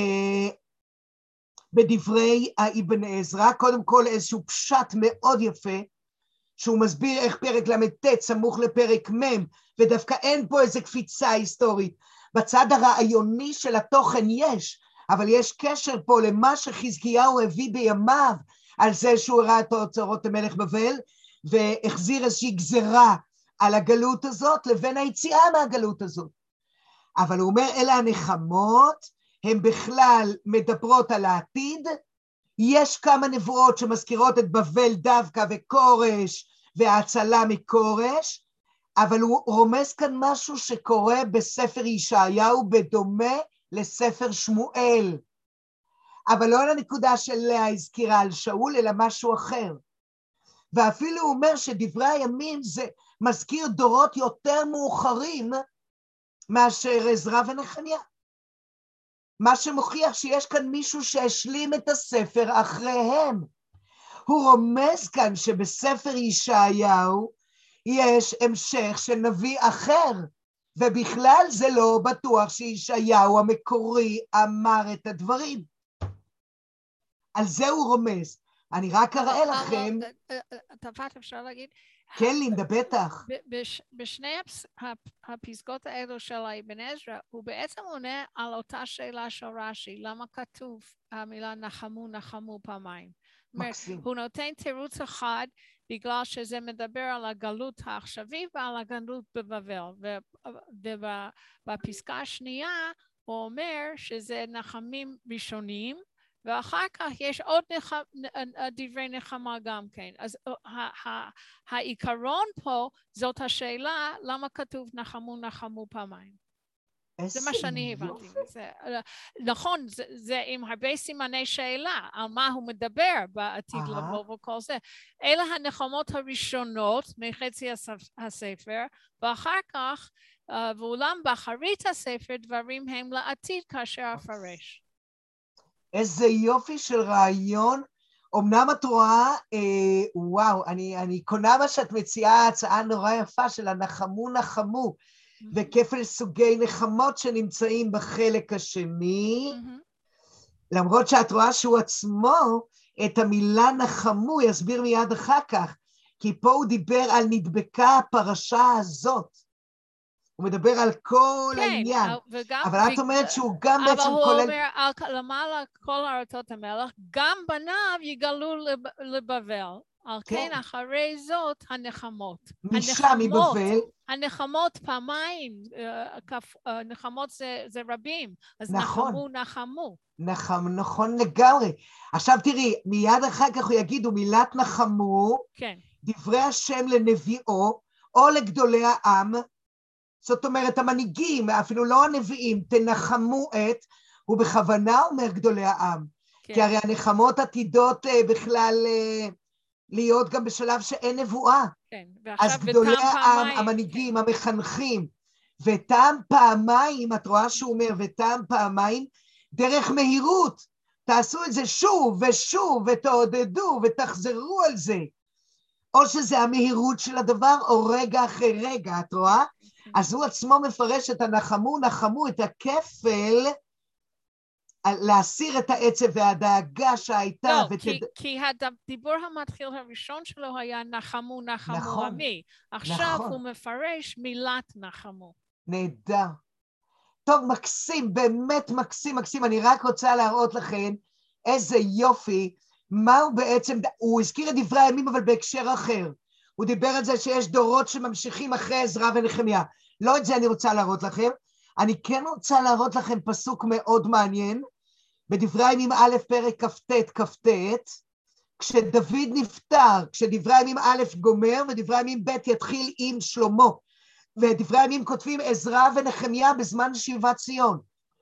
בדברי האבן עזרא, קודם כל איזשהו פשט מאוד יפה, שהוא מסביר איך פרק ל"ט סמוך לפרק מ', ודווקא אין פה איזו קפיצה היסטורית. בצד הרעיוני של התוכן יש, אבל יש קשר פה למה שחזקיהו הביא בימיו, על זה שהוא הראה את האוצרות למלך בבל, והחזיר איזושהי גזרה על הגלות הזאת, לבין היציאה מהגלות הזאת. אבל הוא אומר, אלה הנחמות, הן בכלל מדברות על העתיד, יש כמה נבואות שמזכירות את בבל דווקא וכורש וההצלה מכורש, אבל הוא רומז כאן משהו שקורה בספר ישעיהו בדומה לספר שמואל, אבל לא על הנקודה של לאה הזכירה על שאול, אלא משהו אחר. ואפילו הוא אומר שדברי הימים זה מזכיר דורות יותר מאוחרים מאשר עזרא ונחמיה. מה שמוכיח שיש כאן מישהו שהשלים את הספר אחריהם. הוא רומז כאן שבספר ישעיהו יש המשך של נביא אחר, ובכלל זה לא בטוח שישעיהו המקורי אמר את הדברים. על זה הוא רומז. אני רק אראה לכם... תפת, אפשר להגיד? כן, לינדה, בטח. בשני הפסקות האלו של אבן עזרא, הוא בעצם עונה על אותה שאלה של רש"י, למה כתוב המילה נחמו, נחמו פעמיים. מקסים. הוא נותן תירוץ אחד, בגלל שזה מדבר על הגלות העכשווית ועל הגלות בבבל. ובפסקה השנייה הוא אומר שזה נחמים ראשונים, ואחר כך יש עוד דברי נחמה גם כן. אז העיקרון פה זאת השאלה, למה כתוב נחמו נחמו פעמיים. זה מה שאני הבנתי. נכון, זה עם הרבה סימני שאלה, על מה הוא מדבר בעתיד לבוא וכל זה. אלה הנחמות הראשונות מחצי הספר, ואחר כך, ואולם באחרית הספר, דברים הם לעתיד כאשר אפרש. איזה יופי של רעיון. אמנם את רואה, וואו, אני קונה מה שאת מציעה, הצעה נורא יפה של הנחמו נחמו, וכפל סוגי נחמות שנמצאים בחלק השני, למרות שאת רואה שהוא עצמו, את המילה נחמו יסביר מיד אחר כך, כי פה הוא דיבר על נדבקה הפרשה הזאת. הוא מדבר על כל העניין, אבל את אומרת שהוא גם בעצם כולל... אבל הוא אומר, למעלה כל ארצות המלך, גם בניו יגלו לבבל, על כן אחרי זאת הנחמות. משם מבבל. הנחמות פעמיים, נחמות זה רבים, אז נחמו נחמו. נכון לגמרי. עכשיו תראי, מיד אחר כך הוא יגידו מילת נחמו, דברי השם לנביאו, או לגדולי העם, זאת אומרת, המנהיגים, אפילו לא הנביאים, תנחמו את, הוא בכוונה אומר גדולי העם, כי הרי הנחמות עתידות בכלל להיות גם בשלב שאין נבואה. אז גדולי העם, המנהיגים, המחנכים, וטעם פעמיים, את רואה שהוא אומר, וטעם פעמיים, דרך מהירות, תעשו את זה שוב ושוב, ותעודדו ותחזרו על זה. או שזה המהירות של הדבר, או רגע אחרי רגע, את רואה? אז הוא עצמו מפרש את הנחמו, נחמו, את הכפל, להסיר את העצב והדאגה שהייתה. לא, כי הדיבור המתחיל הראשון שלו היה נחמו, נחמו עמי. עכשיו הוא מפרש מילת נחמו. נהדר. טוב, מקסים, באמת מקסים, מקסים. אני רק רוצה להראות לכם איזה יופי, מה הוא בעצם, הוא הזכיר את דברי הימים, אבל בהקשר אחר. הוא דיבר על זה שיש דורות שממשיכים אחרי עזרא ונחמיה. לא את זה אני רוצה להראות לכם. אני כן רוצה להראות לכם פסוק מאוד מעניין, בדברי הימים א' פרק כ"ט, כשדוד נפטר, כשדברי הימים א' גומר, ודברי הימים ב' יתחיל עם שלמה. ודברי הימים כותבים עזרא ונחמיה בזמן שיבת ציון.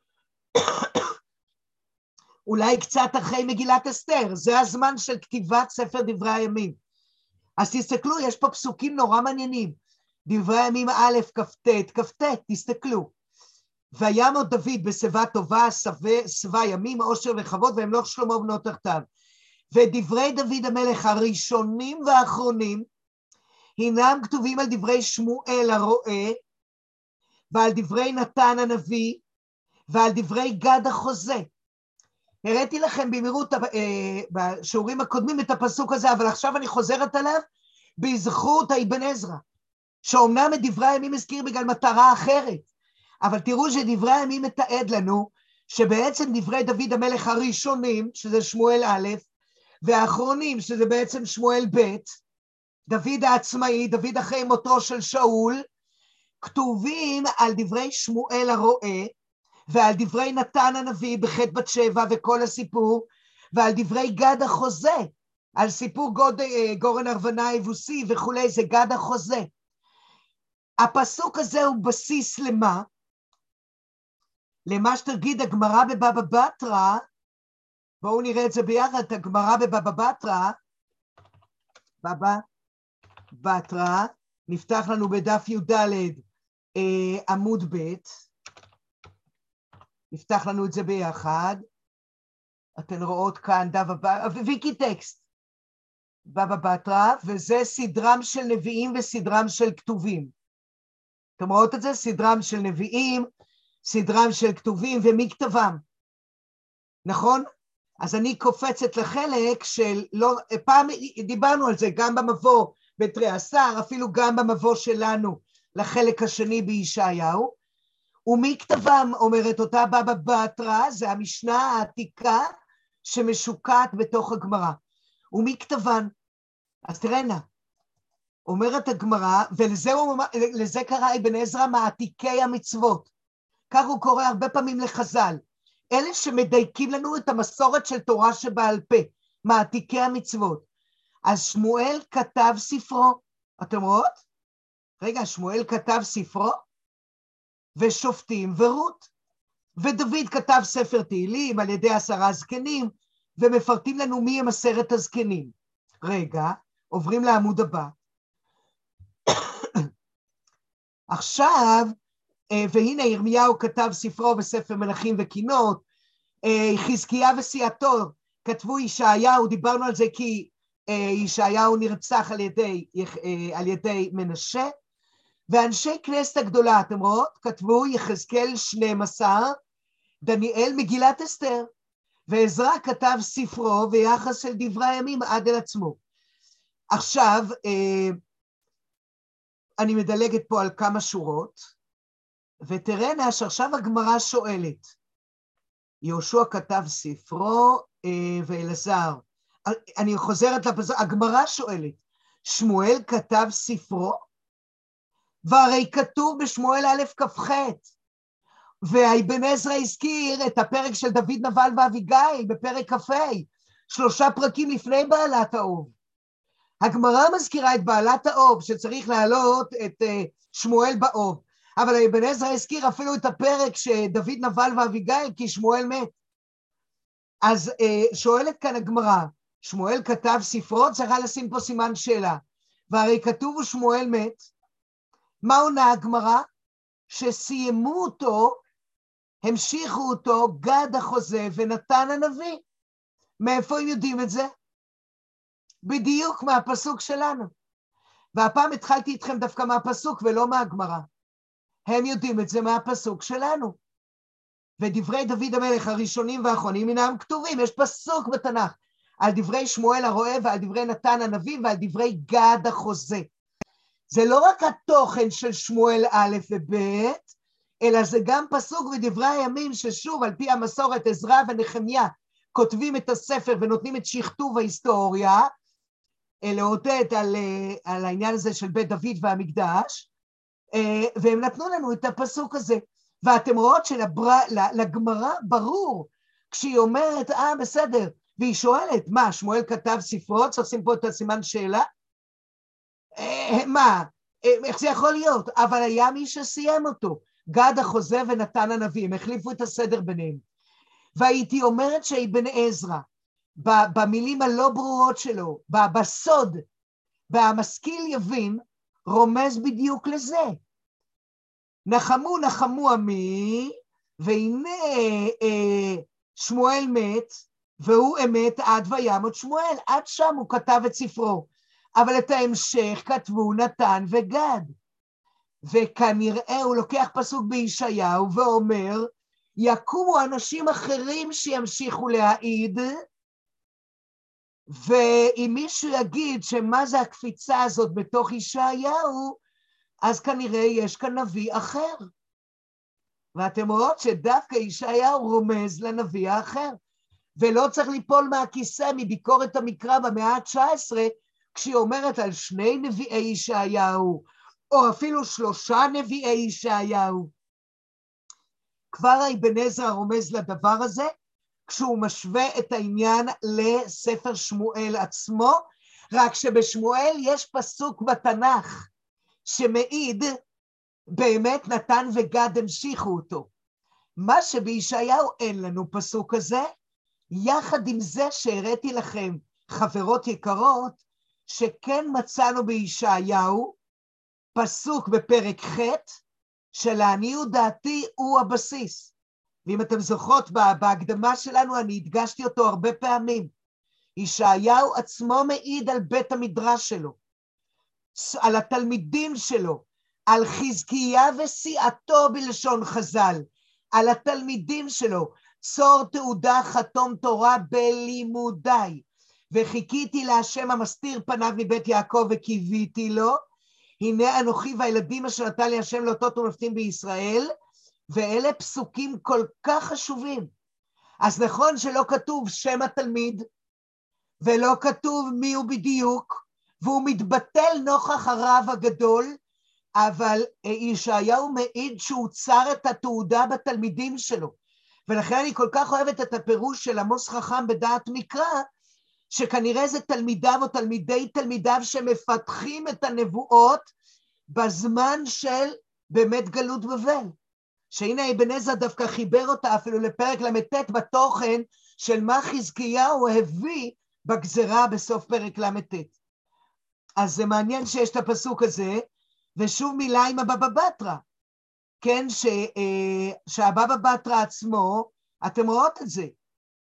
אולי קצת אחרי מגילת אסתר, זה הזמן של כתיבת ספר דברי הימים. אז תסתכלו, יש פה פסוקים נורא מעניינים. דברי הימים א' כ"ט, תסתכלו. וימות דוד בשיבה טובה, שבע ימים, עושר וכבוד, וימלוך שלמה בנו תחתיו. ודברי דוד המלך הראשונים והאחרונים, הינם כתובים על דברי שמואל הרועה, ועל דברי נתן הנביא, ועל דברי גד החוזה. הראיתי לכם במהירות בשיעורים הקודמים את הפסוק הזה, אבל עכשיו אני חוזרת עליו בזכות אבן עזרא, שאומנם את דברי הימים הזכיר בגלל מטרה אחרת, אבל תראו שדברי הימים מתעד לנו, שבעצם דברי דוד המלך הראשונים, שזה שמואל א', והאחרונים, שזה בעצם שמואל ב', דוד העצמאי, דוד אחרי מותו של שאול, כתובים על דברי שמואל הרועה, ועל דברי נתן הנביא בחטא בת שבע וכל הסיפור, ועל דברי גד החוזה, על סיפור גורן ארוונה היבוסי וכולי, זה גד החוזה. הפסוק הזה הוא בסיס למה? למה שתגיד הגמרא בבבא בתרא, בואו נראה את זה ביחד, את הגמרא בבבא בתרא, בבא בתרא, נפתח לנו בדף י"ד עמוד ב', נפתח לנו את זה ביחד, אתן רואות כאן דף הבא, ויקי טקסט, בבא בתרא, וזה סדרם של נביאים וסדרם של כתובים. אתם רואות את זה? סדרם של נביאים, סדרם של כתובים, ומי כתבם? נכון? אז אני קופצת לחלק של, לא, פעם דיברנו על זה, גם במבוא בתרי עשר, אפילו גם במבוא שלנו, לחלק השני בישעיהו, ומי כתבם, אומרת אותה בבא בתרא, זה המשנה העתיקה שמשוקעת בתוך הגמרא. ומי כתבן? אז תראינה, אומרת הגמרא, ולזה קרא אבן עזרא מעתיקי המצוות. כך הוא קורא הרבה פעמים לחז"ל. אלה שמדייקים לנו את המסורת של תורה שבעל פה, מעתיקי המצוות. אז שמואל כתב ספרו, אתם רואות? רגע, שמואל כתב ספרו, ושופטים ורות. ודוד כתב ספר תהילים על ידי 10 זקנים, ומפרטים לנו מי הם 10 הזקנים. רגע, עוברים לעמוד הבא. עכשיו, והנה ירמיהו כתב ספרו בספר מלכים וקינות, חזקיה וסיעתו כתבו ישעיהו, דיברנו על זה כי ישעיהו נרצח על ידי מנשה, ואנשי כנסת הגדולה, אתם רואות, כתבו יחזקאל 12, דניאל מגילת אסתר, ועזרא כתב ספרו ויחס של דברי הימים עד אל עצמו. עכשיו, אני מדלגת פה על כמה שורות, ותראינה שעכשיו הגמרא שואלת, יהושע כתב ספרו ואלעזר, אני חוזרת לפסוק, הגמרא שואלת, שמואל כתב ספרו, והרי כתוב בשמואל א' כ"ח, ואבן עזרא הזכיר את הפרק של דוד נבל ואביגיל בפרק כ"ה, 3 פרקים לפני בעלת האוב. הגמרא מזכירה את בעלת האוב, שצריך להעלות את שמואל באוב, אבל אבן עזרא הזכיר אפילו את הפרק שדוד נבל ואביגיל, כי שמואל מת. אז שואלת כאן הגמרא, שמואל כתב ספרו, צריכה לשים פה סימן שאלה, והרי כתוב ושמואל מת, מה עונה הגמרא? שסיימו אותו, המשיכו אותו גד החוזה ונתן הנביא. מאיפה הם יודעים את זה? בדיוק מהפסוק שלנו. והפעם התחלתי איתכם דווקא מהפסוק ולא מהגמרא. הם יודעים את זה מהפסוק שלנו. ודברי דוד המלך הראשונים והאחרונים אינם כתובים, יש פסוק בתנ"ך על דברי שמואל הרועה ועל דברי נתן הנביא ועל דברי גד החוזה. זה לא רק התוכן של שמואל א' וב', אלא זה גם פסוק בדברי הימים ששוב על פי המסורת עזרא ונחמיה כותבים את הספר ונותנים את שכתוב ההיסטוריה, לעודד על העניין הזה של בית דוד והמקדש, והם נתנו לנו את הפסוק הזה. ואתם רואות שלגמרא ברור, כשהיא אומרת, בסדר, והיא שואלת, מה, שמואל כתב ספרו, צריך לשים פה את הסימן שאלה? מה, איך זה יכול להיות? אבל היה מי שסיים אותו, גד החוזה ונתן הנביא, הם החליפו את הסדר ביניהם. והייתי אומרת שאבן עזרא, במילים הלא ברורות שלו, בסוד, והמשכיל יבין, רומז בדיוק לזה. נחמו נחמו עמי, והנה שמואל מת, והוא אמת עד וימות שמואל, עד שם הוא כתב את ספרו. אבל את ההמשך כתבו נתן וגד. וכנראה הוא לוקח פסוק בישעיהו ואומר, יקומו אנשים אחרים שימשיכו להעיד, ואם מישהו יגיד שמה זה הקפיצה הזאת בתוך ישעיהו, אז כנראה יש כאן נביא אחר. ואתם רואות שדווקא ישעיהו רומז לנביא האחר, ולא צריך ליפול מהכיסא מביקורת המקרא במאה ה-19, כשהיא אומרת על 2 נביאי ישעיהו, או אפילו 3 נביאי ישעיהו. כבר אבן עזרא רומז לדבר הזה, כשהוא משווה את העניין לספר שמואל עצמו, רק שבשמואל יש פסוק בתנ"ך, שמעיד באמת נתן וגד המשיכו אותו. מה שבישעיהו אין לנו פסוק הזה, יחד עם זה שהראיתי לכם, חברות יקרות, שכן מצאנו בישעיהו פסוק בפרק ח' שלעניות דעתי הוא הבסיס. ואם אתם זוכרות בהקדמה שלנו, אני הדגשתי אותו הרבה פעמים. ישעיהו עצמו מעיד על בית המדרש שלו, על התלמידים שלו, על חזקיה וסיעתו בלשון חז"ל, על התלמידים שלו, צור תעודה חתום תורה בלימודיי, וחיכיתי להשם המסתיר פניו מבית יעקב וקיוויתי לו, הנה אנוכי והילדים אשר נתן לי השם לאותות ומופתים בישראל, ואלה פסוקים כל כך חשובים. אז נכון שלא כתוב שם התלמיד, ולא כתוב מי הוא בדיוק, והוא מתבטל נוכח הרב הגדול, אבל ישעיהו מעיד שהוא צר את התעודה בתלמידים שלו, ולכן אני כל כך אוהבת את הפירוש של עמוס חכם בדעת מקרא, שכנראה זה תלמידיו או תלמידי תלמידיו שמפתחים את הנבואות בזמן של באמת גלות בבל. שהנה אבן עזרא דווקא חיבר אותה אפילו לפרק ל"ט בתוכן של מה חזקיהו הביא בגזרה בסוף פרק ל"ט. אז זה מעניין שיש את הפסוק הזה, ושוב מילה עם הבבא בתרא, כן, שהבבא בתרא עצמו, אתם רואות את זה,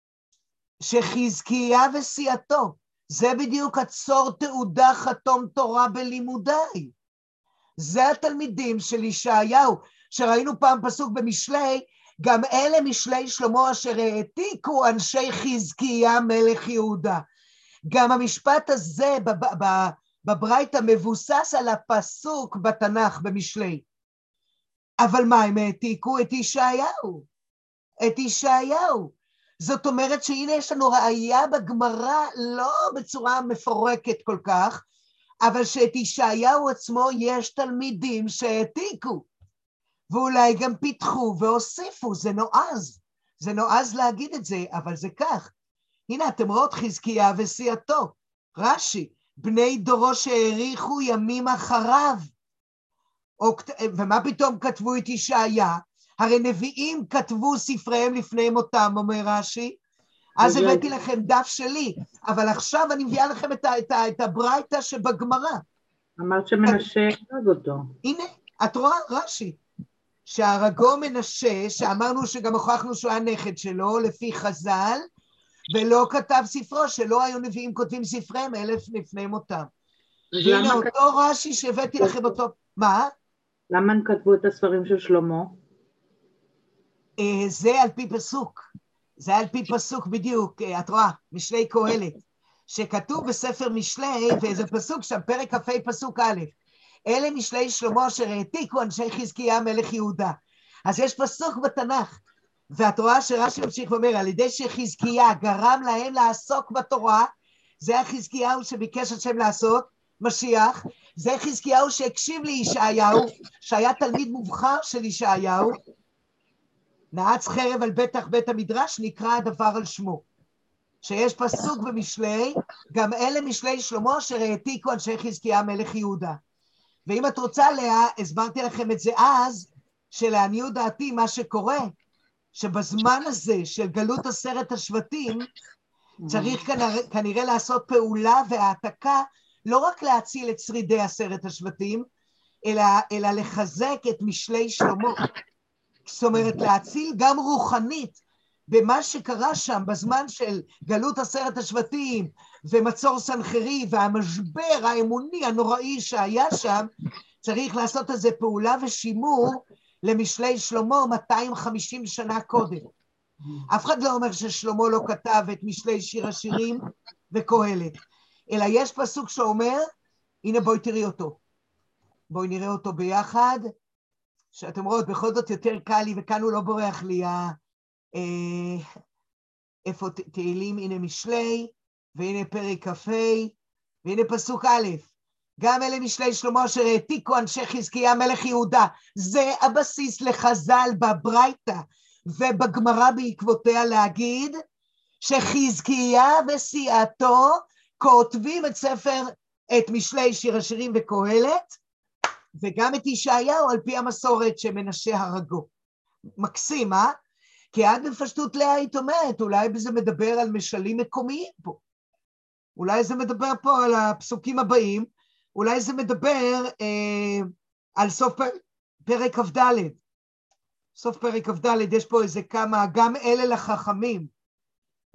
שחזקיה וסיעתו, זה בדיוק הצור תעודה חתום תורה בלימודיי. זה התלמידים של ישעיהו, שראינו פעם פסוק במשלי, גם אלה משלי שלמה אשר העתיקו אנשי חזקיה מלך יהודה. גם המשפט הזה בברייתא מבוסס על הפסוק בתנ"ך במשלי. אבל מה, הם העתיקו את ישעיהו? את ישעיהו. זאת אומרת שהנה יש לנו ראייה בגמרא, לא בצורה מפורקת כל כך, אבל שאת ישעיהו עצמו יש תלמידים שהעתיקו, ואולי גם פיתחו והוסיפו, זה נועז להגיד את זה, אבל זה כך. הנה אתם רואות חזקיה וסיעתו, רש"י, בני דורו שהאריכו ימים אחריו, ומה פתאום כתבו את ישעיה? הרי נביאים כתבו ספריהם לפני מותם, אומר רש"י, אז הבאתי לכם דף שלי, אבל עכשיו אני מביאה לכם את הברייתא שבגמרא. אמרת שמנשה הרג אותו. הנה, את רואה רש"י, שהרגו מנשה, שאמרנו שגם הוכחנו שהוא היה נכד שלו, לפי חז"ל, ולא כתב ספרו, שלא היו נביאים כותבים ספריהם 1000 לפני מותם. והנה אותו רש"י שהבאתי לכם אותו, מה? למה הם כתבו את הספרים של שלמה? זה על פי פסוק, זה על פי פסוק בדיוק, את רואה, משלי קהלת, שכתוב בספר משלי, ואיזה פסוק שם, פרק כ"ה פסוק א', אלה משלי שלמה אשר העתיקו אנשי חזקיה מלך יהודה. אז יש פסוק בתנ"ך, ואת רואה שרש"י ממשיך ואומר, על ידי שחזקיה גרם להם לעסוק בתורה, זה החזקיהו שביקש השם לעשות, משיח, זה חזקיהו שהקשיב לישעיהו, שהיה תלמיד מובחר של ישעיהו, נעץ חרב על בטח בית המדרש, נקרא הדבר על שמו. שיש פסוק במשלי, גם אלה משלי שלמה אשר העתיקו אנשי חזקיה מלך יהודה. ואם את רוצה לאה, הסברתי לכם את זה אז, שלעניות דעתי מה שקורה, שבזמן הזה של גלות 10 השבטים, צריך כנראה לעשות פעולה והעתקה, לא רק להציל את שרידי 10 השבטים, אלא לחזק את משלי שלמה. זאת אומרת, להציל גם רוחנית במה שקרה שם בזמן של גלות 10 השבטים ומצור סנחריב והמשבר האמוני הנוראי שהיה שם, צריך לעשות איזה פעולה ושימור למשלי שלמה 250 שנה קודם. אף אחד לא אומר ששלמה לא כתב את משלי שיר השירים וקהלת, אלא יש פסוק שאומר, הנה בואי תראי אותו, בואי נראה אותו ביחד, שאתם רואות בכל זאת יותר קל לי, וכאן הוא לא בורח לי, איפה תהילים, הנה משלי, והנה פרק כ"ה, והנה פסוק א', גם אלה משלי שלמה אשר העתיקו אנשי חזקיה מלך יהודה, זה הבסיס לחז"ל בברייתא, ובגמרא בעקבותיה להגיד, שחזקיה וסיעתו כותבים את משלי שיר השירים וקהלת, וגם את ישעיהו על פי המסורת שמנשה הרגו. מקסים, כי עד בפשטות לאה היית אומרת, אולי זה מדבר על משלים מקומיים פה. אולי זה מדבר פה על הפסוקים הבאים, אולי זה מדבר על סוף פרק כ"ד. סוף פרק כ"ד יש פה איזה כמה, גם אלה לחכמים.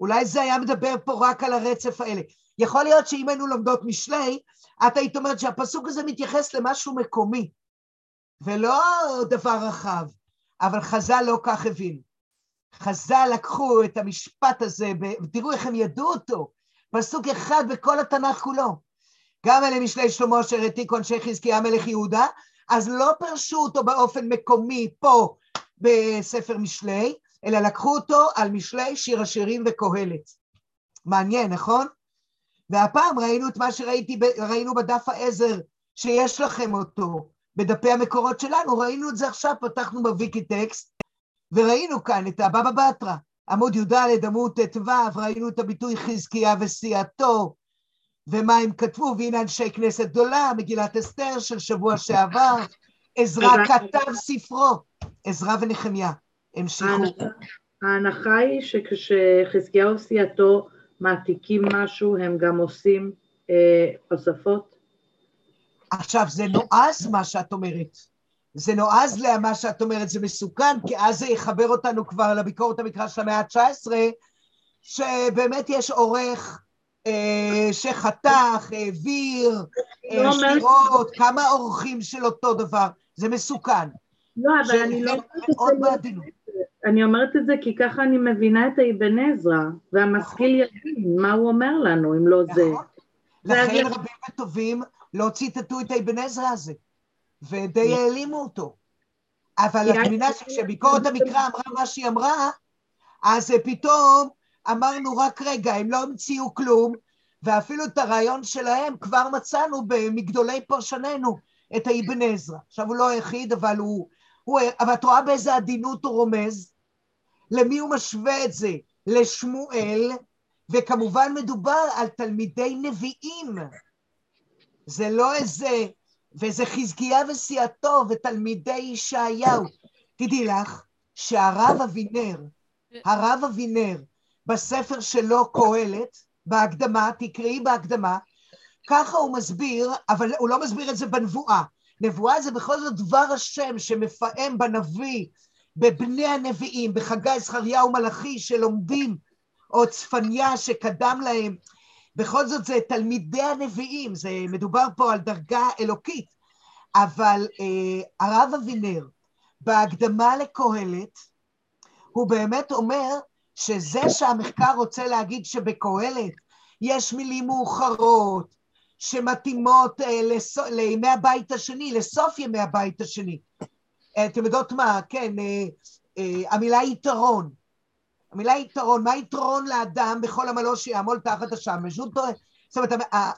אולי זה היה מדבר פה רק על הרצף האלה. יכול להיות שאם היינו לומדות משלי, את היית אומרת שהפסוק הזה מתייחס למשהו מקומי, ולא דבר רחב, אבל חז"ל לא כך הבין. חז"ל לקחו את המשפט הזה, ותראו איך הם ידעו אותו, פסוק אחד בכל התנ"ך כולו. גם אלה משלי שלמה אשר העתיקו אנשי חזקיה מלך יהודה, אז לא פרשו אותו באופן מקומי פה בספר משלי, אלא לקחו אותו על משלי שיר השירים וקהלת. מעניין, נכון? והפעם ראינו את מה ראינו בדף העזר שיש לכם אותו, בדפי המקורות שלנו, ראינו את זה עכשיו, פתחנו בוויקי טקסט, וראינו כאן את הבבא בתרא, עמוד י"ד עמוד ט"ו, ראינו את הביטוי חזקיה וסיעתו, ומה הם כתבו, והנה אנשי כנסת גדולה, מגילת אסתר של שבוע שעבר, עזרא כתב ספרו, עזרא ונחמיה, המשיכו. ההנחה היא שכשחזקיה וסיעתו מעתיקים משהו, הם גם עושים הוספות? עכשיו, זה נועז מה שאת אומרת. זה נועז למה שאת אומרת, זה מסוכן, כי אז זה יחבר אותנו כבר לביקורת המקרא של המאה ה-19, שבאמת יש עורך שחתך, העביר, שתירות, כמה עורכים של אותו דבר. זה מסוכן. לא, אבל אני לא אני אומרת את זה כי ככה אני מבינה את האבן עזרא, והמשכיל יבין מה הוא אומר לנו, אם לא זה. לכן רבים וטובים לא ציטטו את האבן עזרא הזה, ודי העלימו אותו. אבל את מבינה שכשביקורת המקרא אמרה מה שהיא אמרה, אז פתאום אמרנו רק רגע, הם לא המציאו כלום, ואפילו את הרעיון שלהם כבר מצאנו במגדולי פרשננו את האבן עזרא. עכשיו הוא לא היחיד, אבל אבל את רואה באיזה עדינות הוא רומז, למי הוא משווה את זה? לשמואל, וכמובן מדובר על תלמידי נביאים. זה לא איזה, וזה חזקיה וסיעתו ותלמידי ישעיהו. תדעי לך שהרב אבינר, בספר שלו קהלת, בהקדמה, תקראי בהקדמה, ככה הוא מסביר, אבל הוא לא מסביר את זה בנבואה. נבואה זה בכל זאת דבר השם שמפעם בנביא, בבני הנביאים, בחגי, זכריה ומלאכי שלומדים, או צפניה שקדם להם, בכל זאת זה תלמידי הנביאים, זה מדובר פה על דרגה אלוקית, אבל הרב אבינר, בהקדמה לקהלת, הוא באמת אומר שזה שהמחקר רוצה להגיד שבקהלת יש מילים מאוחרות, שמתאימות לימי הבית השני, לסוף ימי הבית השני. אתם יודעות מה? כן, המילה יתרון. המילה יתרון, מה יתרון לאדם בכל עמלו שיעמול תחת השמש? זאת אומרת,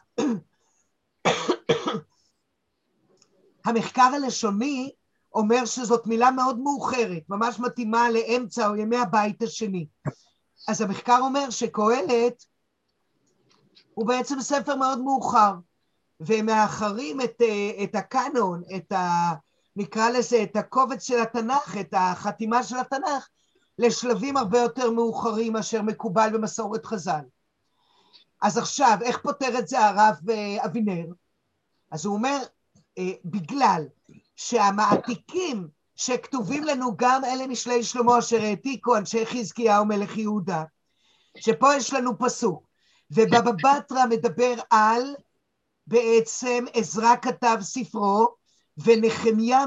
המחקר הלשוני אומר שזאת מילה מאוד מאוחרת, ממש מתאימה לאמצע או ימי הבית השני. אז המחקר אומר שקהלת הוא בעצם ספר מאוד מאוחר, ומאחרים את הקאנון, נקרא לזה, את הקובץ של התנ"ך, את החתימה של התנ"ך, לשלבים הרבה יותר מאוחרים אשר מקובל במסורת חז"ל. אז עכשיו, איך פותר את זה הרב אבינר? אז הוא אומר, בגלל שהמעתיקים שכתובים לנו גם אלה משלי שלמה אשר העתיקו אנשי חזקיה ומלך יהודה, שפה יש לנו פסוק, ובבא בתרא מדבר על בעצם עזרא כתב ספרו, ונחמיה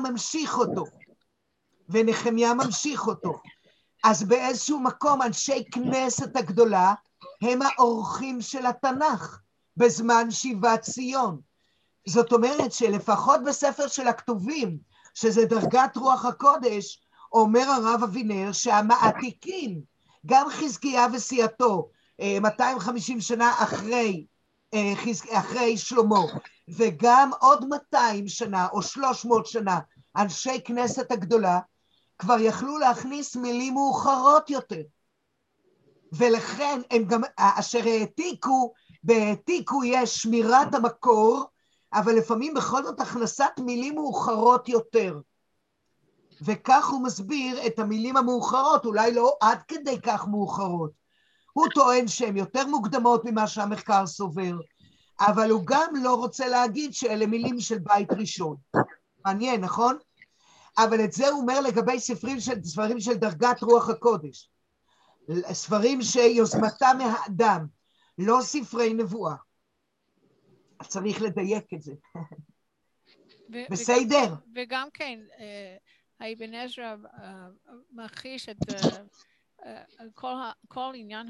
ממשיך אותו. אז באיזשהו מקום אנשי כנסת הגדולה הם האורחים של התנ"ך בזמן שיבת ציון. זאת אומרת שלפחות בספר של הכתובים, שזה דרגת רוח הקודש, אומר הרב אבינר שהמעתיקים, גם חזקיה וסיעתו, 250 שנה אחרי שלמה, וגם עוד 200 שנה או 300 שנה, אנשי כנסת הגדולה, כבר יכלו להכניס מילים מאוחרות יותר. ולכן הם גם, אשר בהעתיקו יש שמירת המקור, אבל לפעמים בכל זאת הכנסת מילים מאוחרות יותר. וכך הוא מסביר את המילים המאוחרות, אולי לא עד כדי כך מאוחרות. הוא טוען שהן יותר מוקדמות ממה שהמחקר סובר, אבל הוא גם לא רוצה להגיד שאלה מילים של בית ראשון. מעניין, נכון? אבל את זה הוא אומר לגבי ספרים של דרגת רוח הקודש. ספרים שיוזמתם מהאדם, לא ספרי נבואה. צריך לדייק את זה. בסדר. וגם כן, האבן עזרא מכחיש את כל עניין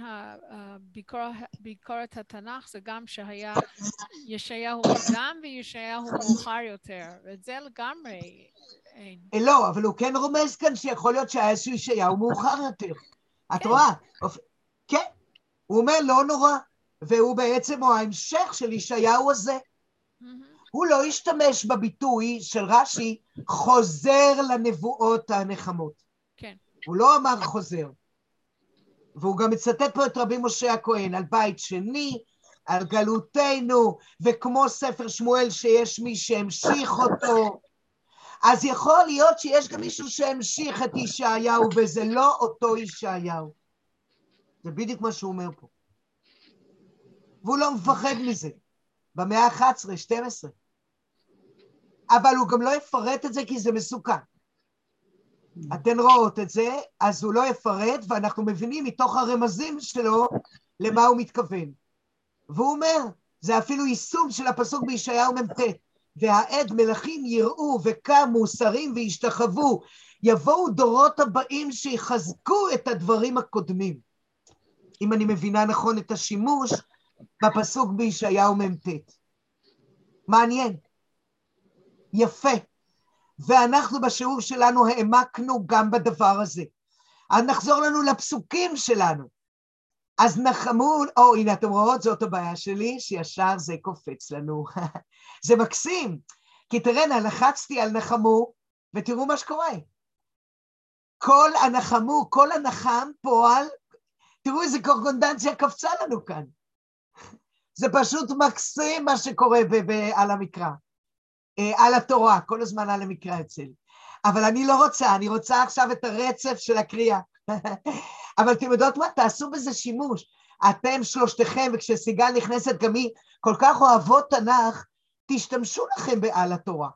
ביקורת התנ"ך, זה גם שהיה ישעיהו קודם וישעיהו מאוחר יותר, ואת זה לגמרי אין. לא, אבל הוא כן רומז כאן שיכול להיות שהיה איזשהו ישעיהו מאוחר יותר. את רואה? כן. הוא אומר לא נורא, והוא בעצם הוא ההמשך של ישעיהו הזה. הוא לא השתמש בביטוי של רש"י, חוזר לנבואות הנחמות. כן. הוא לא אמר חוזר. והוא גם מצטט פה את רבי משה הכהן, על בית שני, על גלותנו, וכמו ספר שמואל שיש מי שהמשיך אותו. אז יכול להיות שיש גם מישהו שהמשיך את ישעיהו, וזה לא אותו ישעיהו. זה בדיוק מה שהוא אומר פה. והוא לא מפחד מזה. במאה ה-11, 12. אבל הוא גם לא יפרט את זה כי זה מסוכן. אתן רואות את זה, אז הוא לא יפרט, ואנחנו מבינים מתוך הרמזים שלו למה הוא מתכוון. והוא אומר, זה אפילו יישום של הפסוק בישעיהו מ"ט, והעד מלכים יראו וקמו שרים והשתחוו, יבואו דורות הבאים שיחזקו את הדברים הקודמים. אם אני מבינה נכון את השימוש בפסוק בישעיהו מ"ט. מעניין. יפה. ואנחנו בשיעור שלנו העמקנו גם בדבר הזה. אז נחזור לנו לפסוקים שלנו. אז נחמו, הנה אתם רואות, זאת הבעיה שלי, שישר זה קופץ לנו. זה מקסים, כי תראינה, לחצתי על נחמו, ותראו מה שקורה. כל הנחמו, כל הנחם פועל, תראו איזה קורקונדנציה קפצה לנו כאן. זה פשוט מקסים מה שקורה על המקרא. על התורה, כל הזמן על המקרא אצל. אבל אני לא רוצה, אני רוצה עכשיו את הרצף של הקריאה. אבל אתם יודעות מה? תעשו בזה שימוש. אתם שלושתכם, וכשסיגל נכנסת גם היא, כל כך אוהבות תנ"ך, תשתמשו לכם בעל התורה.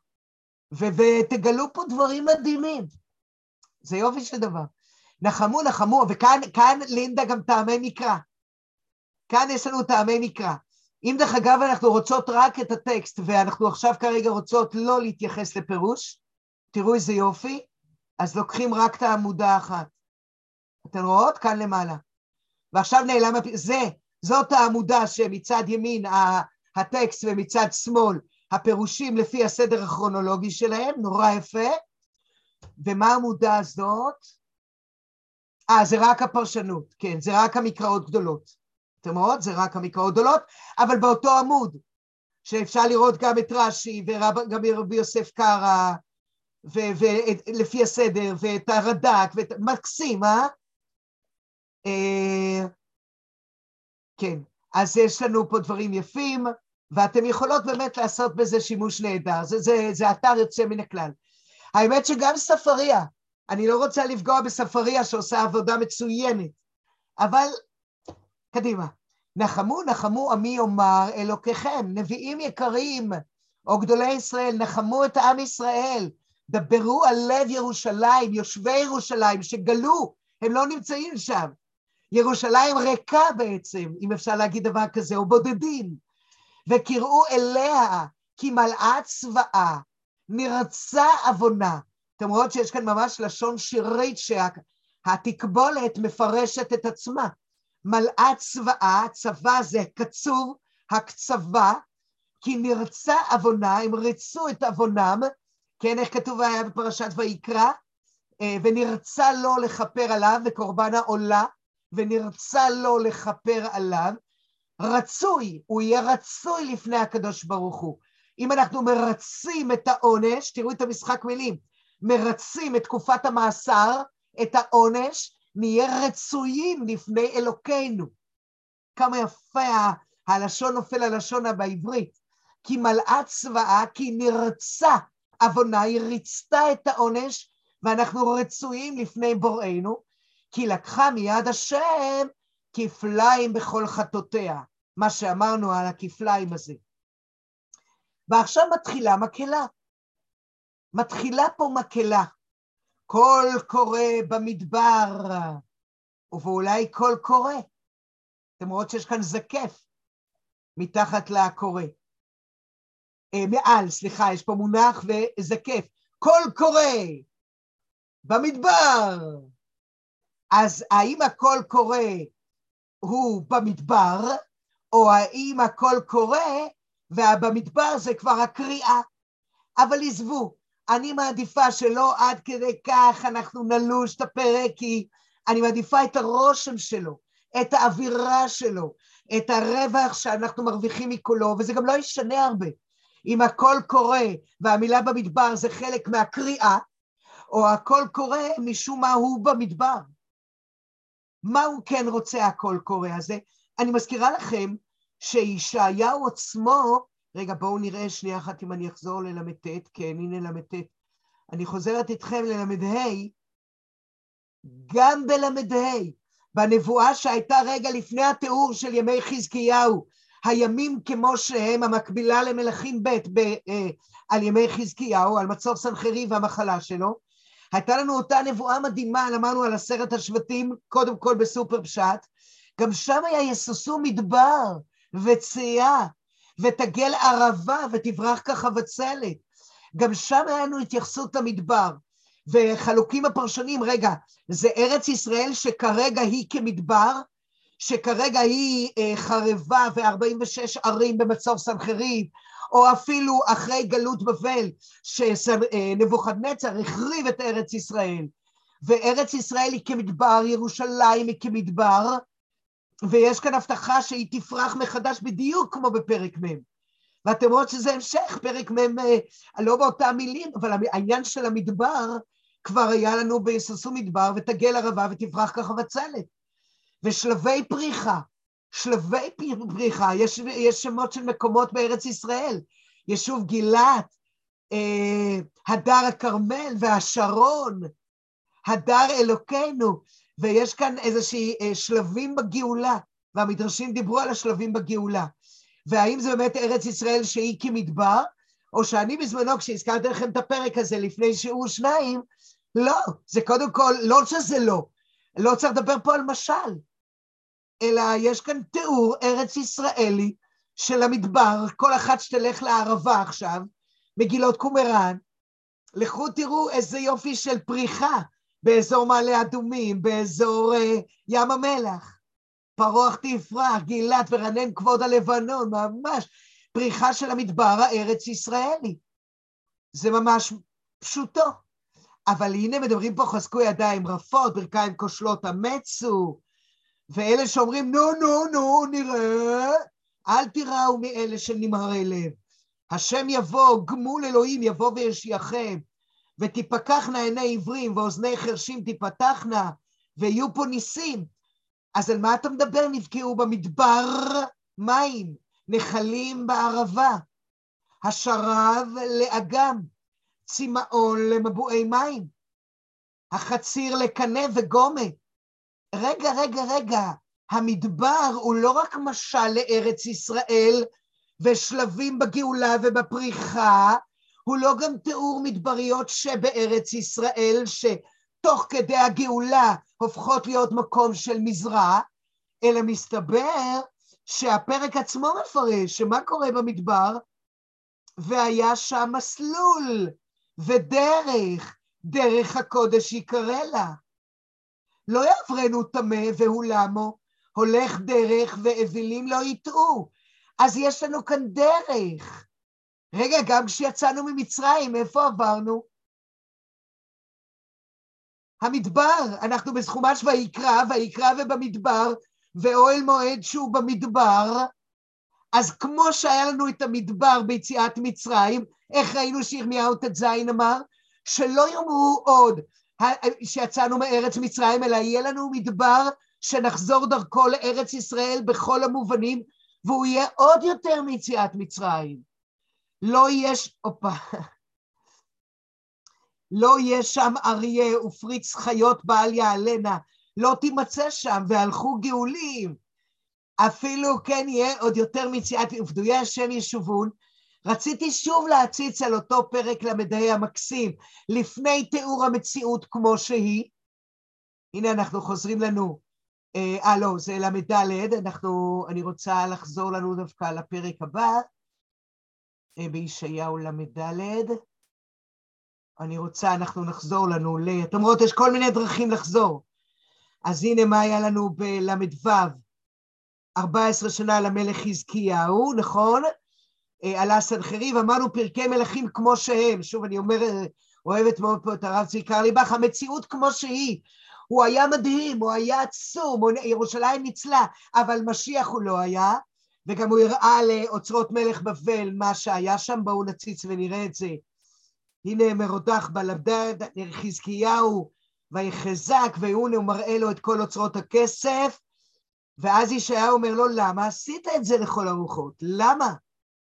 ותגלו פה דברים מדהימים. זה יופי של דבר. נחמו, נחמו, וכאן לינדה גם טעמי מקרא. כאן יש לנו טעמי מקרא. אם דרך אגב אנחנו רוצות רק את הטקסט, ואנחנו עכשיו כרגע רוצות לא להתייחס לפירוש, תראו איזה יופי, אז לוקחים רק את העמודה האחת. אתן רואות? כאן למעלה. ועכשיו נעלם, זאת העמודה שמצד ימין הטקסט ומצד שמאל הפירושים לפי הסדר הכרונולוגי שלהם, נורא יפה. ומה העמודה הזאת? זה רק הפרשנות, כן, זה רק המקראות גדולות. אתם רואות? זה רק המקראות גדולות, אבל באותו עמוד, שאפשר לראות גם את רש"י, וגם רבי יוסף קרא, ולפי הסדר, ואת הרד"ק, ואת מקסים, כן, אז יש לנו פה דברים יפים, ואתם יכולות באמת לעשות בזה שימוש נהדר, זה אתר יוצא מן הכלל. האמת שגם ספריה, אני לא רוצה לפגוע בספריה שעושה עבודה מצוינת, אבל קדימה. נחמו, נחמו עמי יאמר אלוקיכם, נביאים יקרים, או גדולי ישראל, נחמו את עם ישראל, דברו על לב ירושלים, יושבי ירושלים שגלו, הם לא נמצאים שם. ירושלים ריקה בעצם, אם אפשר להגיד דבר כזה, או בודדים, וקראו אליה, כי מלאה צבאה, נרצה עוונה. אתם רואות שיש כאן ממש לשון שירית שהתקבולת מפרשת את עצמה. מלאה צבאה, צבא זה קצוב, הקצבה, כי נרצה עוונה, הם ריצו את עוונם, כן, איך כתוב היה בפרשת ויקרא, ונרצה לו לכפר עליו, וקורבן העולה, ונרצה לו לכפר עליו, רצוי, הוא יהיה רצוי לפני הקדוש ברוך הוא. אם אנחנו מרצים את העונש, תראו את המשחק מילים, מרצים את תקופת המאסר, את העונש, נהיה רצויים לפני אלוקינו. כמה יפה הלשון נופל הלשון בעברית. כי מלאה צבאה, כי נרצה עוונה, היא ריצתה את העונש, ואנחנו רצויים לפני בוראנו, כי לקחה מיד השם כפליים בכל חטאותיה, מה שאמרנו על הכפליים הזה. ועכשיו מתחילה מקהלה. מתחילה פה מקהלה. קול קורא במדבר, ואולי קול קורא. אתם רואות שיש כאן זקף מתחת לקורא. מעל, סליחה, יש פה מונח וזקף. קול קורא במדבר. אז האם הקול קורא הוא במדבר, או האם הקול קורא ובמדבר זה כבר הקריאה? אבל עזבו, אני מעדיפה שלא עד כדי כך אנחנו נלוש את הפרק, כי אני מעדיפה את הרושם שלו, את האווירה שלו, את הרווח שאנחנו מרוויחים מכולו, וזה גם לא ישנה הרבה. אם הקול קורא והמילה במדבר זה חלק מהקריאה, או הקול קורא משום מה הוא במדבר. מה הוא כן רוצה הקול קורא הזה? אני מזכירה לכם שישעיהו עצמו, רגע בואו נראה שנייה אחת אם אני אחזור ללמד ט', כן הנה למד ט', אני חוזרת איתכם ללמד ה', גם בלמד ה', בנבואה שהייתה רגע לפני התיאור של ימי חזקיהו, הימים כמו שהם, המקבילה למלכים ב' על ימי חזקיהו, על מצור סנחריב והמחלה שלו, הייתה לנו אותה נבואה מדהימה, אמרנו על 10 השבטים, קודם כל בסופר פשט, גם שם היה יסוסו מדבר וצייה, ותגל ערבה ותברח כחבצלת, גם שם היה לנו התייחסות למדבר, וחלוקים הפרשנים, רגע, זה ארץ ישראל שכרגע היא כמדבר, שכרגע היא חרבה ו46 ערים במצור סנחריב, או אפילו אחרי גלות בבל, שנבוכדנצר החריב את ארץ ישראל, וארץ ישראל היא כמדבר, ירושלים היא כמדבר, ויש כאן הבטחה שהיא תפרח מחדש בדיוק כמו בפרק מ'. ואתם רואים שזה המשך, פרק מ' לא באותה מילים, אבל העניין של המדבר כבר היה לנו ביססו מדבר, ותגל ערבה ותפרח כחבצלת. ושלבי פריחה, יש שמות של מקומות בארץ ישראל, יישוב גילת, הדר הכרמל והשרון, הדר אלוקינו, ויש כאן איזושהי שלבים בגאולה, והמדרשים דיברו על השלבים בגאולה, והאם זה באמת ארץ ישראל שהיא כמדבר, או שאני בזמנו כשהזכרתי לכם את הפרק הזה לפני שיעור 2, לא, זה קודם כל, לא שזה לא צריך לדבר פה על משל, אלא יש כאן תיאור ארץ ישראלי של המדבר, כל אחת שתלך לערבה עכשיו, מגילות קומראן, לכו תראו איזה יופי של פריחה, באזור מעלה אדומים, באזור ים המלח, פרוח תפרח, גילת ורנן כבוד הלבנון, ממש פריחה של המדבר הארץ ישראלי, זה ממש פשוטו, אבל הנה מדברים פה חזקו ידיים רפות, ברכיים כושלות אמצו, ואלה שאומרים נו נראה, אל תיראו מאלה של נמהרי לב, השם יבוא, גמול אלוהים יבוא וישייכם, ותפקחנה עיני עיוורים ואוזני חרשים תפתחנה, ויהיו פה ניסים. אז על מה אתה מדבר? נבקעו במדבר מים, נחלים בערבה, השרב לאגם, צמאון למבועי מים, החציר לקנה וגומה. רגע, המדבר הוא לא רק משל לארץ ישראל, ושלבים בגאולה ובפריחה, הוא לא גם תיאור מדבריות שבארץ ישראל, שתוך כדי הגאולה הופכות להיות מקום של מזרע, אלא מסתבר שהפרק עצמו מפרש שמה קורה במדבר, והיה שם מסלול ודרך, דרך הקודש יקרא לה. לא יעברנו טמא והולמו, הולך דרך ואווילים לא יטעו. אז יש לנו כאן דרך. רגע, גם כשיצאנו ממצרים, איפה עברנו? המדבר, אנחנו בחומש ויקרא ובמדבר, ואוהל מועד שהוא במדבר, אז כמו שהיה לנו את המדבר ביציאת מצרים, איך ראינו שירמיהו ט"ז אמר? שלא יאמרו עוד שיצאנו מארץ מצרים, אלא יהיה לנו מדבר שנחזור דרכו לארץ ישראל בכל המובנים, והוא יהיה עוד יותר מיציאת מצרים. לא יהיה שם אריה ופריץ חיות בעל יעלנה, לא תימצא שם, והלכו גאולים. אפילו כן יהיה עוד יותר מיציאת, ופדויי השם ישובון. רציתי שוב להציץ על אותו פרק למדעי המקסים, לפני תיאור המציאות כמו שהיא. הנה אנחנו חוזרים לנו לא, זה למדלת, אני רוצה לחזור לנו דווקא לפרק הבא, בישעיהו למדלת, אנחנו נחזור לנו, אתם רואות, יש כל מיני דרכים לחזור, אז הנה מה היה לנו בל"ו, 14 שנה למלך חזקיהו, נכון? עלה סנחריב, אמרנו פרקי מלכים כמו שהם, שוב אני אוהבת מאוד פה את הרב צבי קרליבך, המציאות כמו שהיא, הוא היה מדהים, הוא היה עצום, ירושלים ניצלה, אבל משיח הוא לא היה, וגם הוא הראה לאוצרות מלך בבל מה שהיה שם, בואו נציץ ונראה את זה. הנה מרודח בלבדד, חזקיהו ויחזק, והנה הוא מראה לו את כל אוצרות הכסף, ואז ישעיהו אומר לו, למה עשית את זה לכל הרוחות? למה?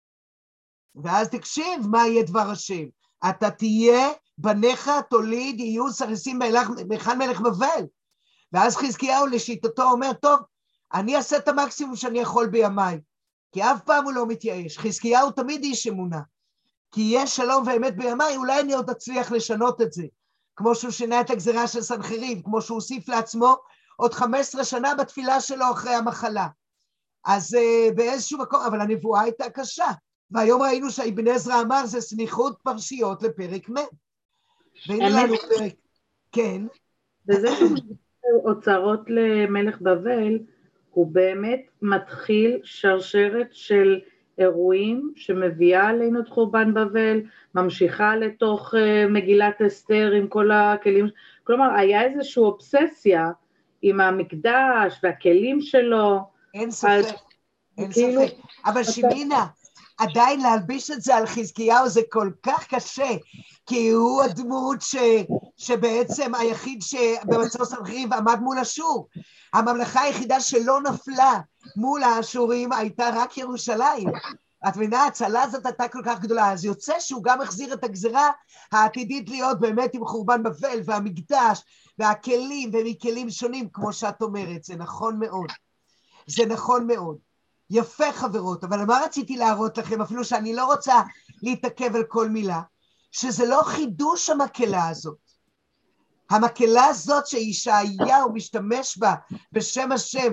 ואז תקשיב מה יהיה דבר השם. אתה תהיה, בניך תוליד, יהיו סריסים בהיכל מלך בבל. ואז חזקיהו לשיטתו אומר, טוב, אני אעשה את המקסימום שאני יכול בימיי, כי אף פעם הוא לא מתייאש. חזקיהו תמיד איש אמונה, כי יש שלום ואמת בימיי, אולי אני עוד אצליח לשנות את זה, כמו שהוא שינה את הגזירה של סנחריב, כמו שהוא הוסיף לעצמו עוד 15 שנה בתפילה שלו אחרי המחלה. אז באיזשהו מקום, אבל הנבואה הייתה קשה, והיום ראינו שאבן עזרא אמר, זה סמיכות פרשיות לפרק מ'. והנה לנו פרק, כן. וזה שהוא אוצרות למלך בבל, הוא באמת מתחיל שרשרת של אירועים שמביאה עלינו את חורבן בבל, ממשיכה לתוך מגילת אסתר עם כל הכלים, כלומר היה איזושהי אובססיה עם המקדש והכלים שלו. אין ספק, אין ספק, אבל שימינה, עדיין להלביש את זה על חזקיהו זה כל כך קשה, כי הוא הדמות שבעצם היחיד שבמצור סנחריב עמד מול אשור. הממלכה היחידה שלא נפלה מול האשורים הייתה רק ירושלים. את מבינה, ההצלה הזאת הייתה כל כך גדולה, אז יוצא שהוא גם החזיר את הגזירה העתידית להיות באמת עם חורבן בבל והמקדש והכלים ומכלים שונים, כמו שאת אומרת, זה נכון מאוד. זה נכון מאוד. יפה חברות, אבל מה רציתי להראות לכם, אפילו שאני לא רוצה להתעכב על כל מילה, שזה לא חידוש המקהלה הזאת. המקהלה הזאת שישעיהו משתמש בה בשם השם,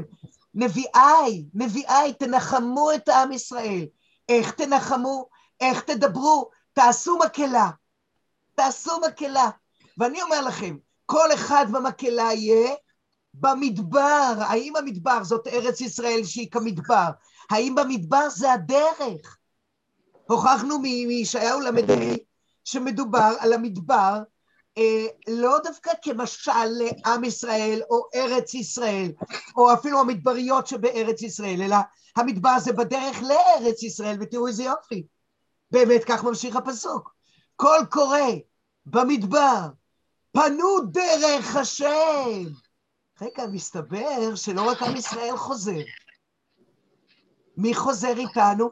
נביאי, תנחמו את העם ישראל. איך תנחמו? איך תדברו? תעשו מקהלה. ואני אומר לכם, כל אחד במקהלה יהיה במדבר. האם המדבר זאת ארץ ישראל שהיא כמדבר? האם במדבר זה הדרך? הוכחנו מישעיהו למדעי שמדובר על המדבר, לא דווקא כמשל לעם ישראל או ארץ ישראל, או אפילו המדבריות שבארץ ישראל, אלא המדבר זה בדרך לארץ ישראל, ותראו איזה יופי. באמת כך ממשיך הפסוק. קול קורא במדבר, פנו דרך השם. רגע, מסתבר שלא רק עם ישראל חוזר. מי חוזר איתנו?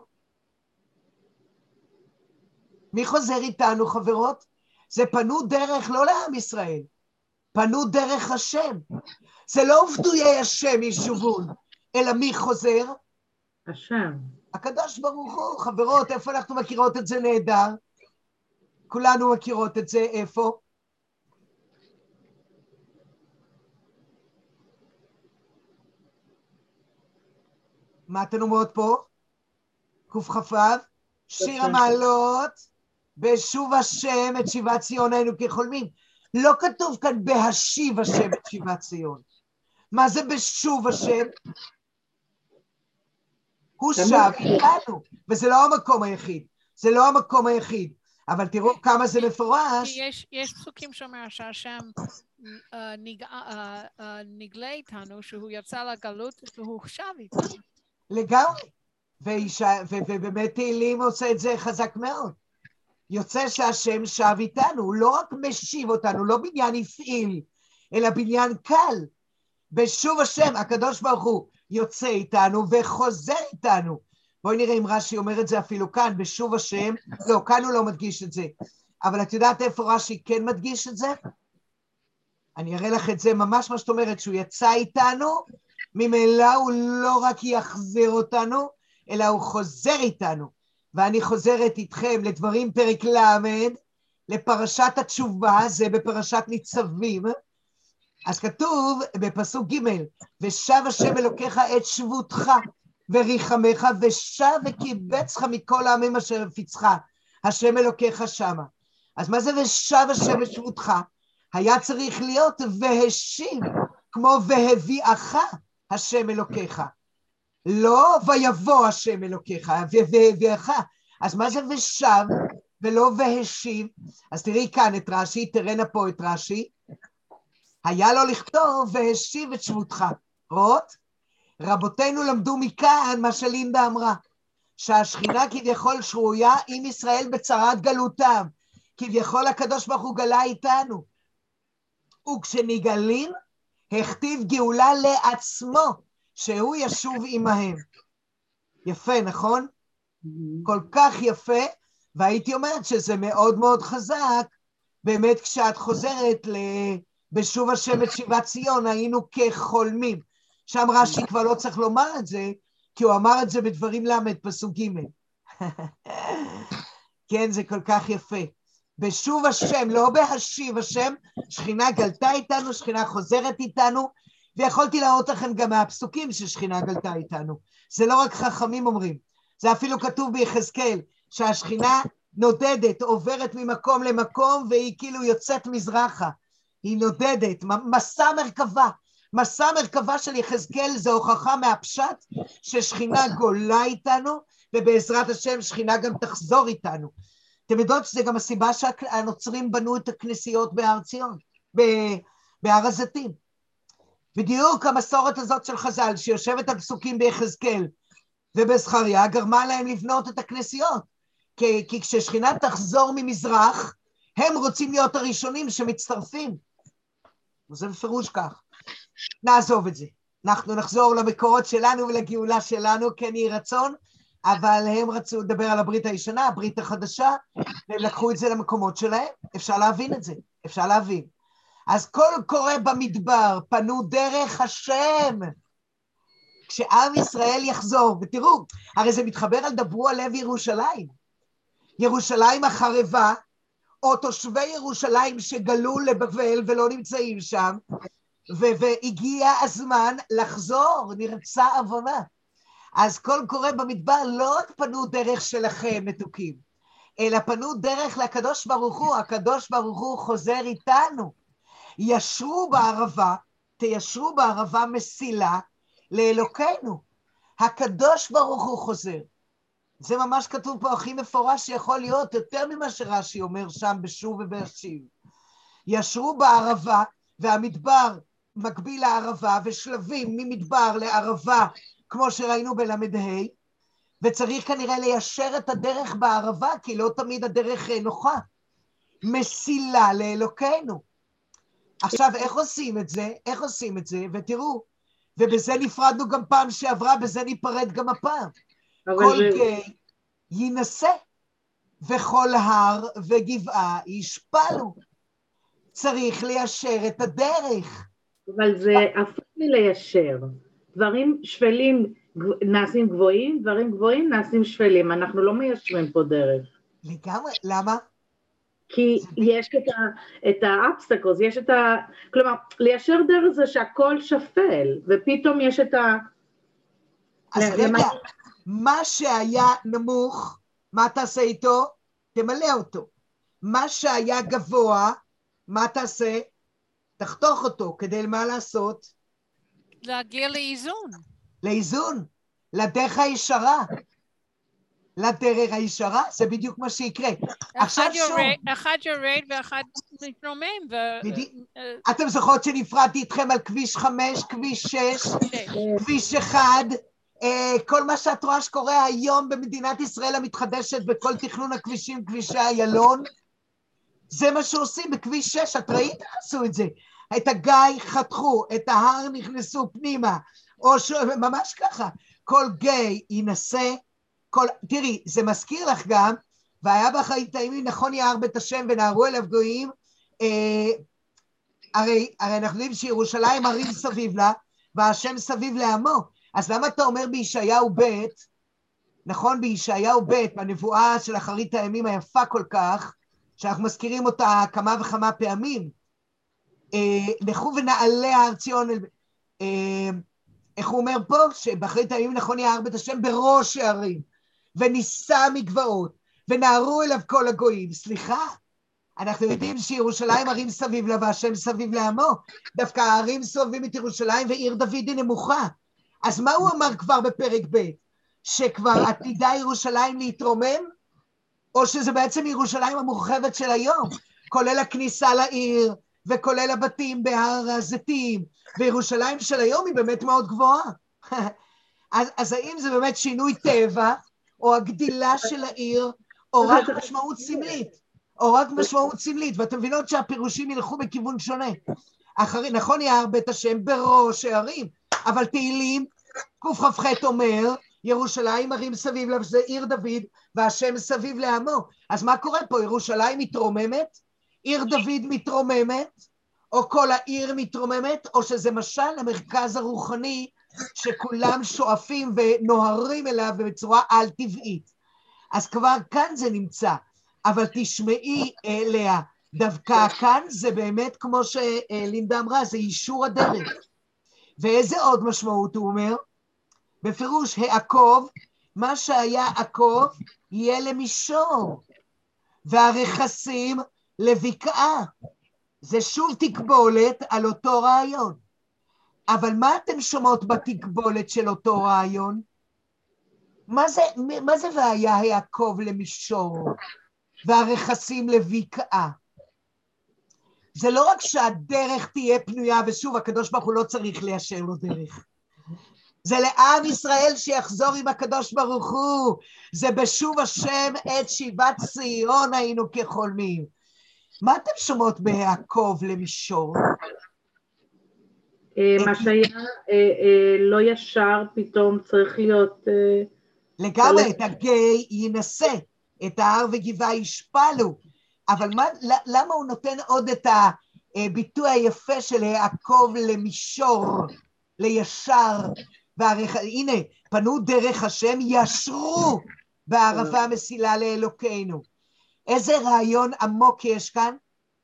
מי חוזר איתנו, חברות? זה פנו דרך, לא לעם ישראל, פנו דרך השם. זה לא עובדויי השם ישובון, אלא מי חוזר? השם. הקדוש ברוך הוא, חברות, איפה אנחנו מכירות את זה נהדר? כולנו מכירות את זה, איפה? מה אתן אומרות פה? קכ"ו, שיר המעלות, בשוב השם את שיבת ציון היינו כחולמים. לא כתוב כאן בהשיב השם את שיבת ציון. מה זה בשוב השם? הוא שב איתנו, וזה לא המקום היחיד. אבל תראו כמה זה מפורש. יש פסוקים שאומר שהשם נגלה איתנו, שהוא יצא לגלות והוא שב איתנו. לגמרי, ובאמת תהילים עושה את זה חזק מאוד. יוצא שהשם שב איתנו, הוא לא רק משיב אותנו, לא בניין הפעיל, אלא בניין קל. בשוב השם, הקדוש ברוך הוא יוצא איתנו וחוזר איתנו. בואי נראה אם רש"י אומר את זה אפילו כאן, בשוב השם, לא, כאן הוא לא מדגיש את זה. אבל את יודעת איפה רש"י כן מדגיש את זה? אני אראה לך את זה ממש מה שאת אומרת, שהוא יצא איתנו, ממילא הוא לא רק יחזיר אותנו, אלא הוא חוזר איתנו. ואני חוזרת איתכם לדברים פרק ל', לפרשת התשובה, זה בפרשת ניצבים, אז כתוב בפסוק ג' ושב השם אלוקיך את שבותך וריחמך ושב וקיבצך מכל העמים אשר הפיצך השם אלוקיך שמה. אז מה זה ושב השם את שבותך? היה צריך להיות והשיב, כמו והביאך השם אלוקיך. לא ויבוא השם אלוקיך, והביאך. אז מה זה ושב ולא והשיב? אז תראי כאן את רש"י, תראינה פה את רש"י. היה לו לכתוב והשיב את שבותך. רואות? רבותינו למדו מכאן מה שלינדה אמרה, שהשכינה כביכול שרויה עם ישראל בצרת גלותם, כביכול הקדוש ברוך הוא גלה איתנו, וכשנגלים הכתיב גאולה לעצמו, שהוא ישוב עמהם. יפה, נכון? כל כך יפה, והייתי אומרת שזה מאוד מאוד חזק, באמת כשאת חוזרת בשוב השם את שיבת ציון, היינו כחולמים. שם רש"י כבר לא צריך לומר את זה, כי הוא אמר את זה בדברים למד, פסוק ג'. כן, זה כל כך יפה. בשוב השם, לא בהשיב השם, שכינה גלתה איתנו, שכינה חוזרת איתנו, ויכולתי להראות לכם גם מהפסוקים ששכינה גלתה איתנו. זה לא רק חכמים אומרים, זה אפילו כתוב ביחזקאל, שהשכינה נודדת, עוברת ממקום למקום, והיא כאילו יוצאת מזרחה. היא נודדת, מסע מרכבה. מסע מרכבה של יחזקאל זה הוכחה מהפשט ששכינה גולה איתנו, ובעזרת השם שכינה גם תחזור איתנו. אתם יודעות שזה גם הסיבה שהנוצרים בנו את הכנסיות בהר ציון, בהר הזיתים. בדיוק המסורת הזאת של חז"ל, שיושבת על פסוקים ביחזקאל ובזכריה, גרמה להם לבנות את הכנסיות. כי כששכינה תחזור ממזרח, הם רוצים להיות הראשונים שמצטרפים. וזה בפירוש כך. נעזוב את זה. אנחנו נחזור למקורות שלנו ולגאולה שלנו, כן יהי רצון, אבל הם רצו לדבר על הברית הישנה, הברית החדשה, והם לקחו את זה למקומות שלהם. אפשר להבין את זה, אפשר להבין. אז כל קורא במדבר, פנו דרך השם, כשעם ישראל יחזור, ותראו, הרי זה מתחבר על דברו על לב ירושלים. ירושלים החרבה, או תושבי ירושלים שגלו לבבל ולא נמצאים שם, והגיע הזמן לחזור, נרצה עוונה. אז כל קורא במדבר לא רק פנו דרך שלכם מתוקים, אלא פנו דרך לקדוש ברוך הוא, הקדוש ברוך הוא חוזר איתנו. ישרו בערבה, תיישרו בערבה מסילה לאלוקינו. הקדוש ברוך הוא חוזר. זה ממש כתוב פה הכי מפורש שיכול להיות, יותר ממה שרש"י אומר שם בשוב ובהשיב. ישרו בערבה, והמדבר מקביל לערבה, ושלבים ממדבר לערבה, כמו שראינו בלמד ה', וצריך כנראה ליישר את הדרך בערבה, כי לא תמיד הדרך נוחה. מסילה לאלוקינו. עכשיו, איך עושים את זה? איך עושים את זה? ותראו, ובזה נפרדנו גם פעם שעברה, בזה ניפרד גם הפעם. כל גיא ינסה, וכל הר וגבעה ישפלו. צריך ליישר את הדרך. אבל זה הפוך מליישר. דברים שפלים נעשים גבוהים, דברים גבוהים נעשים שפלים. אנחנו לא מיישרים פה דרך. לגמרי, למה? כי יש את האבסטקלס, יש את ה... כלומר, ליישר דרך זה שהכל שפל, ופתאום יש את ה... אז רגע, מה שהיה נמוך, מה תעשה איתו? תמלא אותו. מה שהיה גבוה, מה תעשה? תחתוך אותו, כדי מה לעשות? להגיע לאיזון. לאיזון, לדרך הישרה. לדרך הישרה, זה בדיוק מה שיקרה. אחד יורד ואחד מתרומם. אתם זוכרות שנפרדתי איתכם על כביש 5, כביש 6, כביש 1, כל מה שאת רואה שקורה היום במדינת ישראל המתחדשת בכל תכנון הכבישים, כבישי איילון, זה מה שעושים בכביש 6, את ראית איך עשו את זה? את הגיא חתכו, את ההר נכנסו פנימה, או ממש ככה, כל גיא ינסה, תראי, זה מזכיר לך גם, והיה באחרית הימים נכון יער בית השם ונערו אליו גויים, הרי אנחנו יודעים שירושלים הרים סביב לה, והשם סביב לעמו, אז למה אתה אומר בישעיהו ב', נכון בישעיהו ב', בנבואה של אחרית הימים היפה כל כך, שאנחנו מזכירים אותה כמה וכמה פעמים, לכו ונעלה הר ציון, איך הוא אומר פה? שבאחרית הימים נכון יהיה הר בית השם בראש הערים, ונישא מגבעות, ונערו אליו כל הגויים. סליחה, אנחנו יודעים שירושלים ערים סביב לה, והשם סביב לעמו. דווקא הערים סובבים את ירושלים, ועיר דוד היא נמוכה. אז מה הוא אמר כבר בפרק ב'? שכבר עתידה ירושלים להתרומם? או שזה בעצם ירושלים המורחבת של היום, כולל הכניסה לעיר, וכולל הבתים בהר הזיתים, וירושלים של היום היא באמת מאוד גבוהה. אז האם זה באמת שינוי טבע, או הגדילה של העיר, או רק משמעות סמלית? או רק משמעות סמלית, ואתם מבינות שהפירושים ילכו בכיוון שונה. נכון יהיה הר בית השם בראש הערים, אבל תהילים, קכ"ח אומר, ירושלים ערים סביב לה, זה עיר דוד, והשם סביב לעמו. אז מה קורה פה? ירושלים מתרוממת? עיר דוד מתרוממת? או כל העיר מתרוממת? או שזה משל למרכז הרוחני, שכולם שואפים ונוהרים אליו בצורה על טבעית. אז כבר כאן זה נמצא. אבל תשמעי, לאה, דווקא כאן זה באמת, כמו שלינדה אמרה, זה אישור הדרך. ואיזה עוד משמעות הוא אומר? בפירוש, העקוב, מה שהיה עקוב, יהיה למישור, והרכסים לבקעה. זה שוב תקבולת על אותו רעיון. אבל מה אתם שומעות בתקבולת של אותו רעיון? מה זה והיה העקוב למישור, והרכסים לבקעה? זה לא רק שהדרך תהיה פנויה, ושוב, הקדוש ברוך הוא לא צריך ליישר לו דרך. זה לעם ישראל שיחזור עם הקדוש ברוך הוא. זה בשוב השם את שיבת ציון היינו כחולמים. מה אתם שומעות בהעקוב למישור? מה שהיה לא ישר פתאום צריך להיות... לגמרי, את הגיא ינסה, את ההר וגבעה ישפלו. אבל למה הוא נותן עוד את הביטוי היפה של העקוב למישור, לישר? הנה, פנו דרך השם, ישרו בערבה מסילה לאלוקינו. איזה רעיון עמוק יש כאן?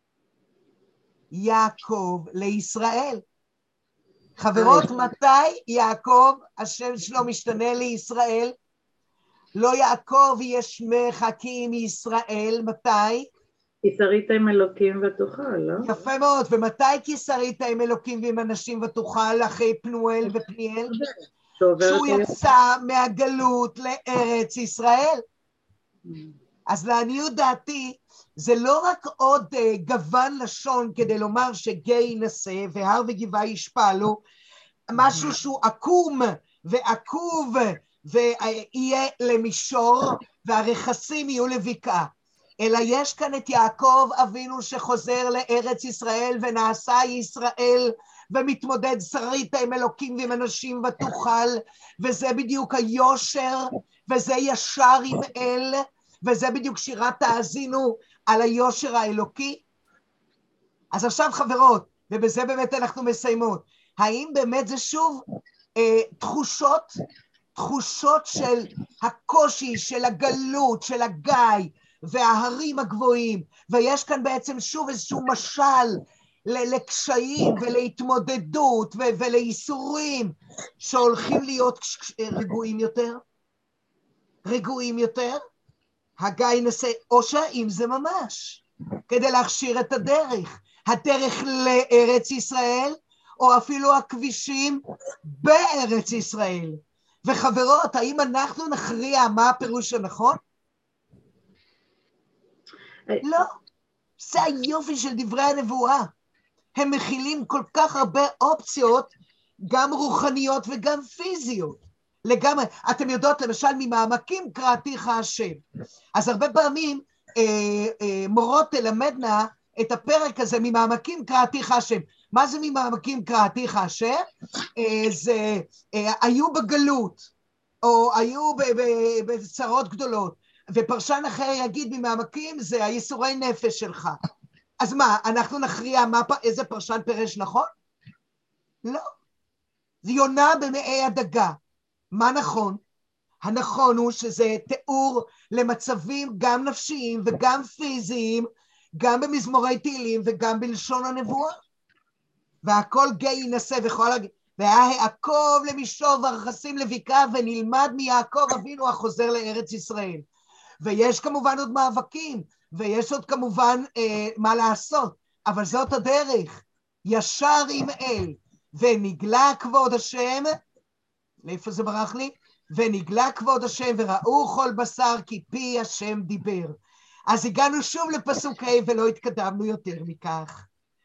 יעקב לישראל. חברות, מתי יעקב, השם שלו משתנה לישראל? לא יעקב יהיה שמך כי אם ישראל, מתי? כי שרית עם אלוקים ותוכל, לא? יפה מאוד, ומתי כי שרית עם אלוקים ועם אנשים ותוכל אחרי פנואל ופניאל? שהוא יצא מהגלות לארץ ישראל. אז לעניות דעתי, זה לא רק עוד גוון לשון כדי לומר שגיא ינסה והר וגבעה ישפלו, משהו שהוא עקום ועקוב ויהיה למישור והרכסים יהיו לבקעה. אלא יש כאן את יעקב אבינו שחוזר לארץ ישראל ונעשה ישראל ומתמודד שרית עם אלוקים ועם אנשים ותוכל, וזה בדיוק היושר, וזה ישר עם אל, וזה בדיוק שירת תאזינו על היושר האלוקי. אז עכשיו חברות, ובזה באמת אנחנו מסיימות, האם באמת זה שוב תחושות של הקושי, של הגלות, של הגיא, וההרים הגבוהים, ויש כאן בעצם שוב איזשהו משל לקשיים ולהתמודדות ולאיסורים שהולכים להיות רגועים יותר? רגועים יותר? הגיא ינסה, או שהאם זה ממש, כדי להכשיר את הדרך לארץ ישראל, או אפילו הכבישים בארץ ישראל. וחברות, האם אנחנו נכריע מה הפירוש הנכון? לא, זה היופי של דברי הנבואה. הם מכילים כל כך הרבה אופציות, גם רוחניות וגם פיזיות. לגמרי, אתם יודעות, למשל, ממעמקים קראתיך השם. אז הרבה פעמים מורות תלמדנה את הפרק הזה, ממעמקים קראתיך השם. מה זה ממעמקים קראתיך השם? זה היו בגלות, או היו בצרות גדולות. ופרשן אחר יגיד ממעמקים זה היסורי נפש שלך. אז מה, אנחנו נכריע איזה פרשן פרש נכון? לא. זה יונה במעי הדגה. מה נכון? הנכון הוא שזה תיאור למצבים גם נפשיים וגם פיזיים, גם במזמורי תהילים וגם בלשון הנבואה. והכל גיא ינסה וכל והעקוב למישור והרכסים לבקעה, ונלמד מיעקב אבינו החוזר לארץ ישראל. ויש כמובן עוד מאבקים, ויש עוד כמובן מה לעשות, אבל זאת הדרך, ישר עם אל, ונגלה כבוד השם, לאיפה זה ברח לי? ונגלה כבוד השם וראו כל בשר כי פי השם דיבר. אז הגענו שוב לפסוק ה' ולא התקדמנו יותר מכך.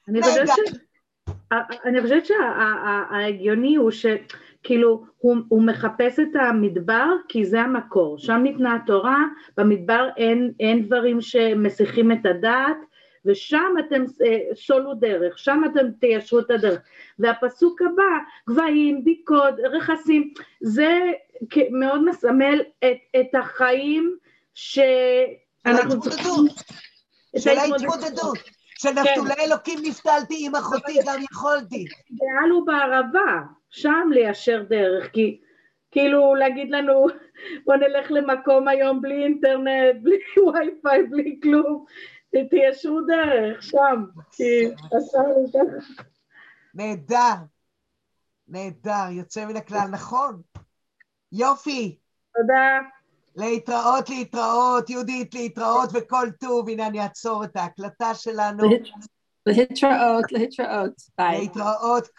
אני חושבת שההגיוני הוא שכאילו הוא מחפש את המדבר כי זה המקור, שם ניתנה התורה, במדבר אין דברים שמסיחים את הדעת, ושם אתם סולו דרך, שם אתם תיישרו את הדרך, והפסוק הבא, גבהים, ביקוד, רכסים, זה מאוד מסמל את החיים שאנחנו צריכים, של ההתמודדות, שנפתולי אלוקים נפתלתי עם אחותי גם יכולתי. ועלו בערבה, שם ליישר דרך, כי כאילו להגיד לנו בוא נלך למקום היום בלי אינטרנט, בלי וי-פיי, בלי כלום, תיישרו דרך שם, כי נהדר, נהדר, יוצא מן הכלל, נכון, יופי. תודה. להתראות, יהודית, להתראות וכל טוב, הנה אני אעצור את ההקלטה שלנו. להתראות, ביי. להתראות.